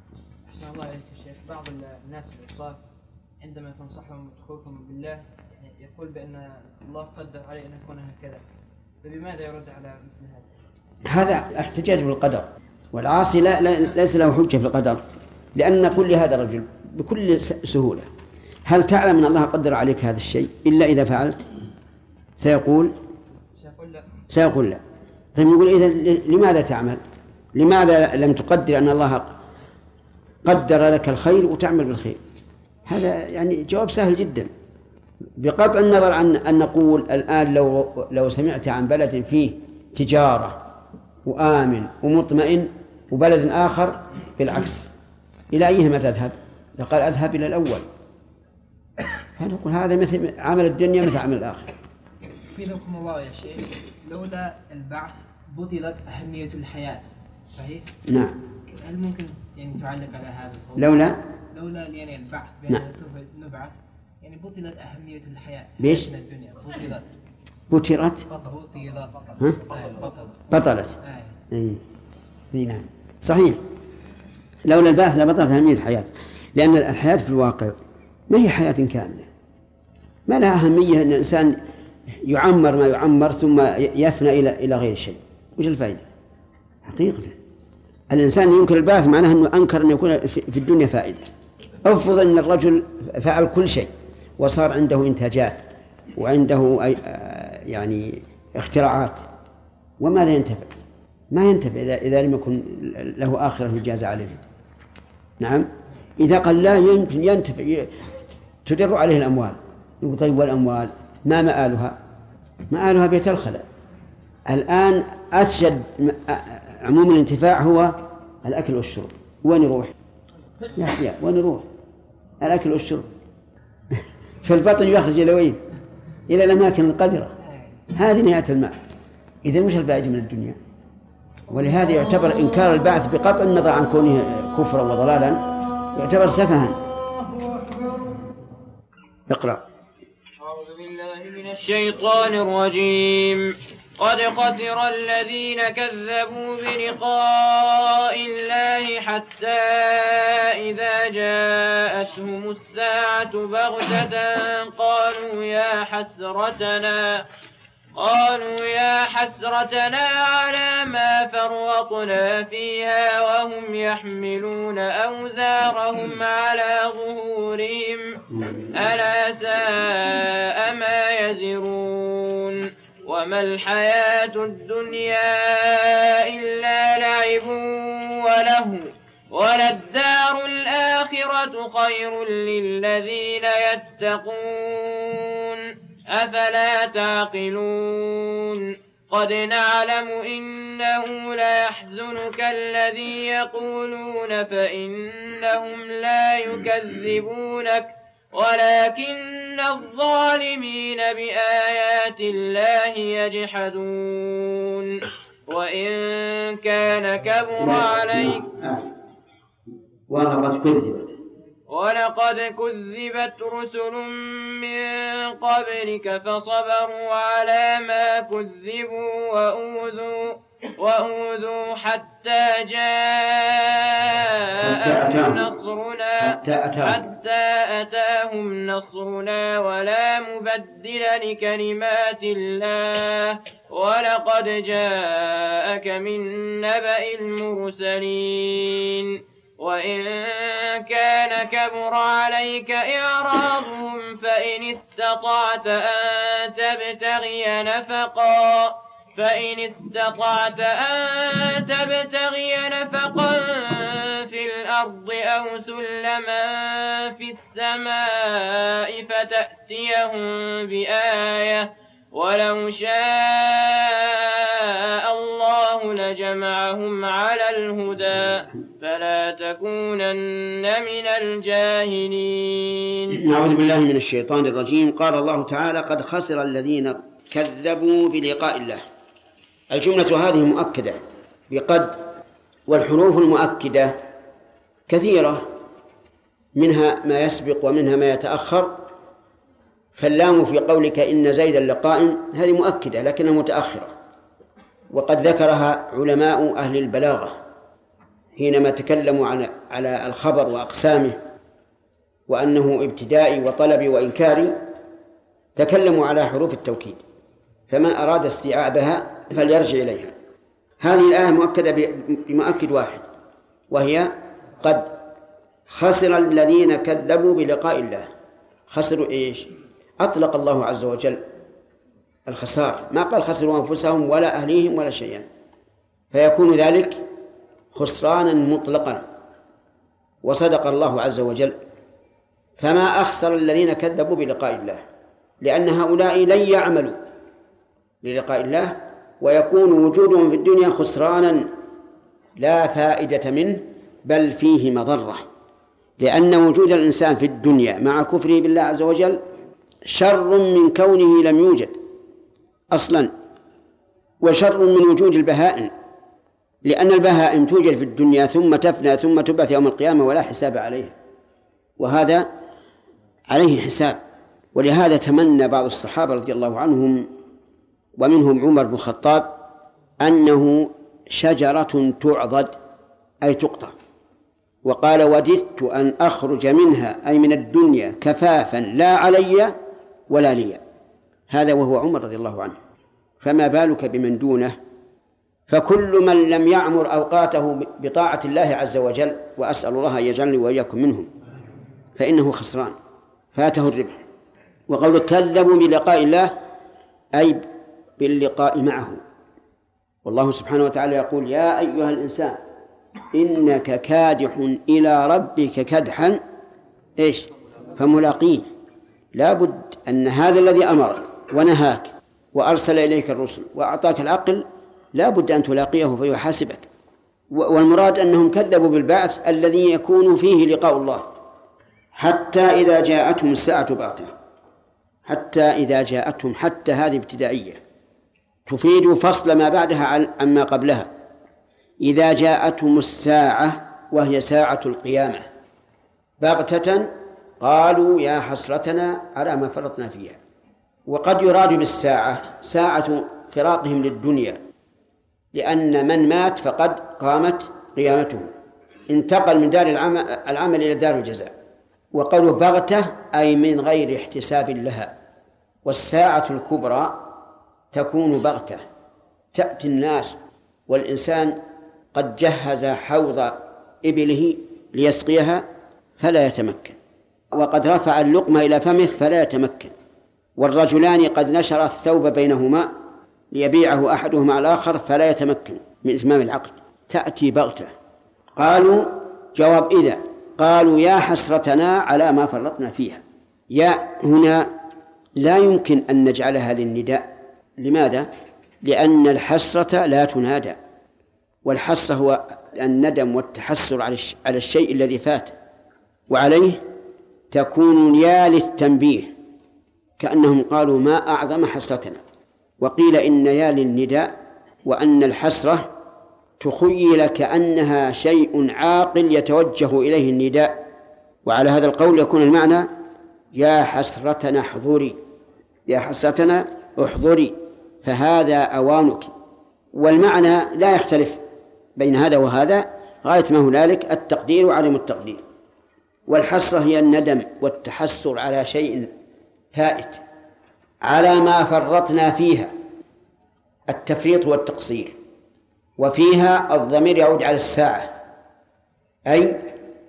أحسن الله عليك يا شيخ، بعض الناس العصاة عندما تنصحهم وتخوفهم بالله يعني يقول بأن الله قدر عليه أن يكون هكذا، فبماذا يرد على مثل هذا؟ هذا احتجاج بالقدر، والعاصي ليس له حجة في القدر، لأن نقول لهذا الرجل بكل سهولة: هل تعلم أن الله قدر عليك هذا الشيء إلا إذا فعلت؟ سيقول لا. طيب نقول إذا لماذا تعمل؟ لماذا لم تقدر أن الله قدر لك الخير وتعمل بالخير؟ هذا يعني جواب سهل جدا، بقطع النظر عن أن نقول الآن لو سمعت عن بلد فيه تجارة وآمن ومطمئن وبلد آخر بالعكس، إلى أيهما تذهب؟ لقال أذهب إلى الأول. فنقول هذا مثل عمل الدنيا مثل عمل الآخر. حفظكم الله يا شيخ، لولا البعث بطلت أهمية الحياة، صحيح؟ نعم. هل ممكن يعني تعلق على هذا القول؟ لولا يعني البعث بأننا سوف نبعث يعني بطلت أهمية الحياة بيش؟ من الدنيا. بطلت. نعم صحيح، لولا البعث لبطلت أهمية الحياة، لأن الحياة في الواقع ما هي حياة كاملة، ما لها أهمية أن الإنسان يعمر ما يعمر ثم يفنى إلى غير شيء. وش الفائدة؟ حقيقة الإنسان ينكر البعث معناه أنه أنكر أن يكون في الدنيا فائدة. أفضل أن الرجل فعل كل شيء وصار عنده إنتاجات وعنده يعني اختراعات، وماذا ينتفع؟ ما ينتفع إذا لم يكن له آخرة يجازى عليه. نعم، إذا قال لا يمكن ينتفع تدر عليه الأموال، يقول طيب والأموال ما مآلها؟ مآلها بيت الخلاء. الآن أشد عموم الانتفاع هو الأكل والشرب. وين يروح؟ يحيى وين يروح؟ الأكل والشرب. في البطن يخرج إلى وين؟ إلى الأماكن القذرة. هذه نهاية الماء. إذا مش الفائدة من الدنيا؟ ولهذا يعتبر إنكار البعث بقطع النظر عن كونه كفرا وضلالا يعتبر سفها. اقرأ. أعوذ بالله من الشيطان الرجيم. قد خسر الذين كذبوا بلقاء الله حتى إذا جاءتهم الساعة بغتة قالوا يا حسرتنا على ما فرطنا فيها وهم يحملون أوزارهم على ظهورهم ألا ساء ما يزرون. وما الحياة الدنيا إلا لعب وله وللدار الآخرة خير للذين يتقون أفلا تعقلون. قد نعلم إنه ليحزنك الذي يقولون فإنهم لا يكذبونك ولكن الظالمين بآيات الله يجحدون. وإن كان كبر عليك ولقد كذبت رسل من قبلك فصبروا على ما كذبوا وأوذوا حتى أتاهم نصرنا ولا مبدل لكلمات الله ولقد جاءك من نبأ المرسلين. وإن كان كبر عليك إعراضهم فإن استطعت أن تبتغي نفقا في الأرض أو سلما في السماء فتأتيهم بآية ولو شاء الله لجمعهم على الهدى فلا تكونن من الجاهلين. نعوذ بالله من الشيطان الرجيم. قال الله تعالى: قد خسر الذين كذبوا بلقاء الله. الجملة هذه مؤكدة بقد، والحروف المؤكدة كثيرة، منها ما يسبق ومنها ما يتأخر. فاللام في قولك إن زيدا لقائم هذه مؤكدة لكنها متأخرة، وقد ذكرها علماء أهل البلاغة حينما تكلموا على الخبر وأقسامه وأنه ابتدائي وطلبي وإنكاري. تكلموا على حروف التوكيد، فمن أراد استيعابها فليرجع إليها. هذه الآية مؤكدة بمؤكد واحد، وهي قد خسر الذين كذبوا بلقاء الله. خسروا إيش؟ أطلق الله عز وجل الخسار، ما قال خسروا أنفسهم ولا أهليهم ولا شيئا، فيكون ذلك خسرانا مطلقا، وصدق الله عز وجل. فما أخسر الذين كذبوا بلقاء الله، لأن هؤلاء لن يعملوا للقاء الله، ويكون وجودهم في الدنيا خسرانا لا فائدة منه، بل فيه مضرة، لأن وجود الإنسان في الدنيا مع كفره بالله عز وجل شر من كونه لم يوجد أصلا، وشر من وجود البهائم، لأن البهائم توجد في الدنيا ثم تفنى ثم تبعث يوم القيامة ولا حساب عليه، وهذا عليه حساب. ولهذا تمنى بعض الصحابة رضي الله عنهم ومنهم عمر بن الخطاب أنه شجرة تعضد أي تقطع، وقال وددت أن أخرج منها أي من الدنيا كفافا لا علي ولا لي. هذا وهو عمر رضي الله عنه، فما بالك بمن دونه؟ فكل من لم يعمر أوقاته بطاعة الله عز وجل، وأسأل الله أن يجعلني وإياكم منهم، فإنه خسران فاته الربح. وقول كذبوا بلقاء الله أي باللقاء معه، والله سبحانه وتعالى يقول يا أيها الإنسان إنك كادح إلى ربك كدحا إيش فملاقيه. لا بد أن هذا الذي أمرك ونهاك وأرسل إليك الرسل وأعطاك العقل لا بد أن تلاقيه فيحاسبك. والمراد أنهم كذبوا بالبعث الذي يكون فيه لقاء الله، حتى إذا جاءتهم الساعة بغتة. حتى إذا جاءتهم، حتى هذه ابتدائية تفيد فصل ما بعدها عما قبلها. إذا جاءتهم الساعة وهي ساعة القيامة بغتة قالوا يا حسرتنا على ما فرطنا فيها. وقد يراد بالساعة ساعة فراقهم للدنيا، لأن من مات فقد قامت قيامته، انتقل من دار العمل إلى دار الجزاء. وقالوا بغتة أي من غير احتساب لها. والساعة الكبرى تكون بغتة، تأتي الناس والإنسان قد جهز حوض إبله ليسقيها فلا يتمكن، وقد رفع اللقمة إلى فمه فلا يتمكن، والرجلان قد نشر الثوب بينهما ليبيعه أحدهما على الآخر فلا يتمكن من إتمام العقد. تأتي بغتة. قالوا جواب إذا، قالوا يا حسرتنا على ما فرطنا فيها. يا هنا لا يمكن أن نجعلها للنداء. لماذا؟ لأن الحسرة لا تنادى، والحسرة هو الندم والتحسر على الشيء الذي فات، وعليه تكون يا للتنبيه، كأنهم قالوا ما أعظم حسرتنا. وقيل إن يا للنداء، وأن الحسرة تخيل كأنها شيء عاقل يتوجه إليه النداء، وعلى هذا القول يكون المعنى يا حسرتنا احضري، يا حسرتنا احضري، فهذا أوانك. والمعنى لا يختلف بين هذا وهذا، غاية ما هنالك التقدير وعدم التقدير. والحسرة هي الندم والتحسر على شيء فائت، على ما فرطنا فيها، التفريط والتقصير. وفيها الضمير يعود على الساعة، أي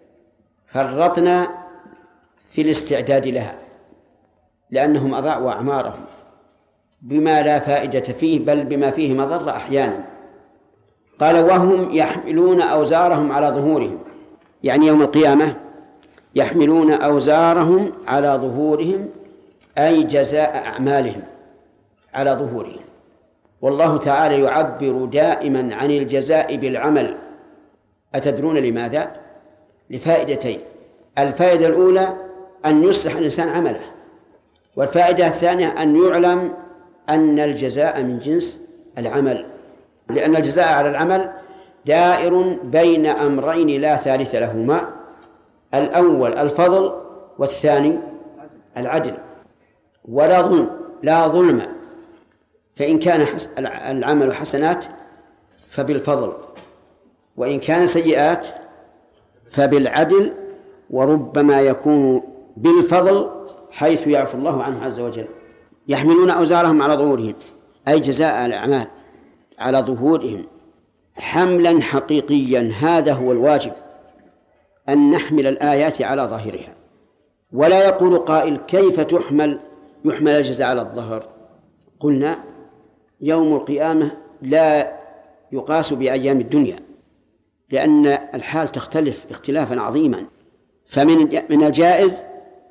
فرطنا في الاستعداد لها، لأنهم أضاعوا أعمارهم بما لا فائدة فيه، بل بما فيه مضرة أحيانا. قال وهم يحملون أوزارهم على ظهورهم، يعني يوم القيامة يحملون أوزارهم على ظهورهم، أي جزاء أعمالهم على ظهورهم. والله تعالى يعبر دائما عن الجزاء بالعمل. أتدرون لماذا؟ لفائدتين. الفائدة الأولى أن يصلح الإنسان عمله، والفائدة الثانية أن يعلم أن الجزاء من جنس العمل، لأن الجزاء على العمل دائر بين أمرين لا ثالث لهما: الأول الفضل، والثاني العدل. ولا ظلم، لا ظلم، فإن كان العمل حسنات فبالفضل، وإن كان سيئات فبالعدل، وربما يكون بالفضل حيث يعفو الله عنه عز وجل. يحملون أوزارهم على ظهورهم، أي جزاء الأعمال على ظهورهم حملا حقيقيا. هذا هو الواجب، أن نحمل الآيات على ظاهرها. ولا يقول قائل كيف يحمل الجزاء على الظهر؟ قلنا يوم القيامة لا يقاس بأيام الدنيا، لأن الحال تختلف اختلافا عظيما. فمن الجائز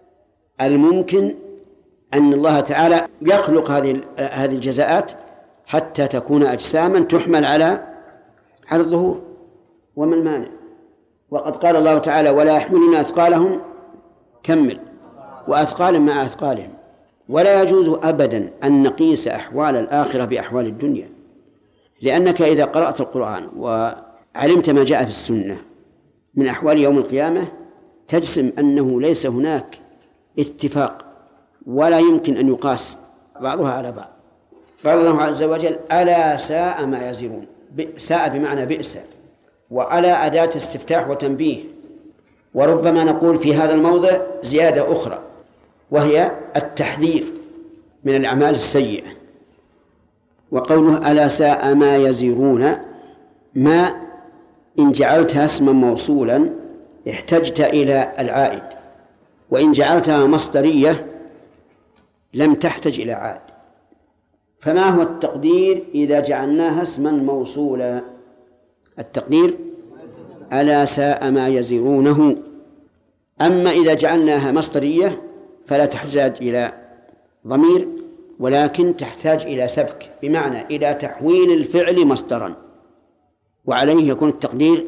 الممكن أن الله تعالى يخلق هذه الجزاءات حتى تكون أجساما تحمل على الظهور، وما المانع؟ وقد قال الله تعالى ولا يحملون أثقالهم كمل وأثقال مع أثقالهم. ولا يجوز أبدا أن نقيس أحوال الآخرة بأحوال الدنيا، لأنك إذا قرأت القرآن وعلمت ما جاء في السنة من أحوال يوم القيامة تجزم أنه ليس هناك اتفاق ولا يمكن أن يقاس بعضها على بعض. قال الله عز وجل ألا ساء ما يزرون. ساء بمعنى بئس، وألا أداة استفتاح وتنبيه. وربما نقول في هذا الموضع زيادة أخرى وهي التحذير من الأعمال السيئة. وقوله ألا ساء ما يزرون، ما إن جعلتها اسما موصولا احتجت إلى العائد، وإن جعلتها مصدرية لم تحتج إلى عائد. فما هو التقدير إذا جعلناها اسما موصولا؟ التقدير ألا ساء ما يزرونه. أما إذا جعلناها مصدرية فلا تحتاج إلى ضمير، ولكن تحتاج إلى سبك، بمعنى إلى تحويل الفعل مصدرا، وعليه يكون التقدير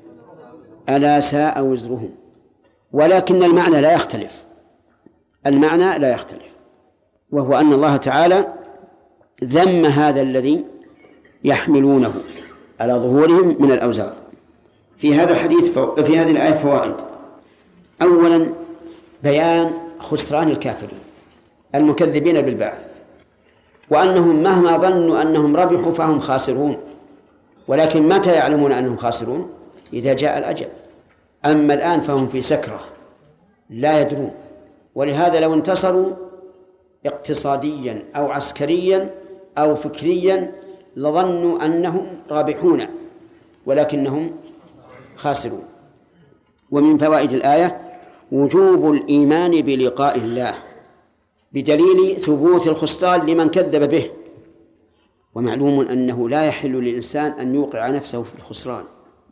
ألا ساء وزرهم. ولكن المعنى لا يختلف، المعنى لا يختلف، وهو أن الله تعالى ذم هذا الذي يحملونه على ظهورهم من الأوزار. في هذا الحديث في هذه الآية فوائد. أولا بيان خسران الكافرين المكذبين بالبعث، وأنهم مهما ظنوا أنهم ربحوا فهم خاسرون، ولكن متى يعلمون أنهم خاسرون؟ إذا جاء الأجل. أما الآن فهم في سكرة لا يدرون. ولهذا لو انتصروا اقتصاديا أو عسكريا أو فكريا لظنوا أنهم رابحون ولكنهم خاسرون. ومن فوائد الآية وجوب الإيمان بلقاء الله بدليل ثبوت الخسران لمن كذب به. ومعلوم أنه لا يحل للإنسان أن يوقع نفسه في الخسران.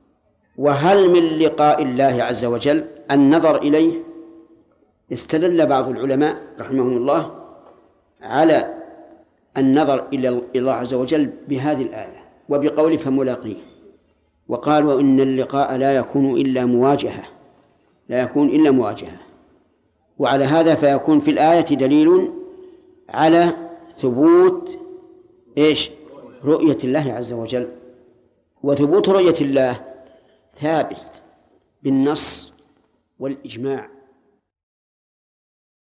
وهل من لقاء الله عز وجل النظر إليه؟ استدل بعض العلماء رحمهم الله على النظر إلى الله عز وجل بهذه الآية وبقول فملاقيه، وقالوا إن اللقاء لا يكون إلا مواجهة، وعلى هذا فيكون في الآية دليل على ثبوت رؤية الله عز وجل. وثبوت رؤية الله ثابت بالنص والإجماع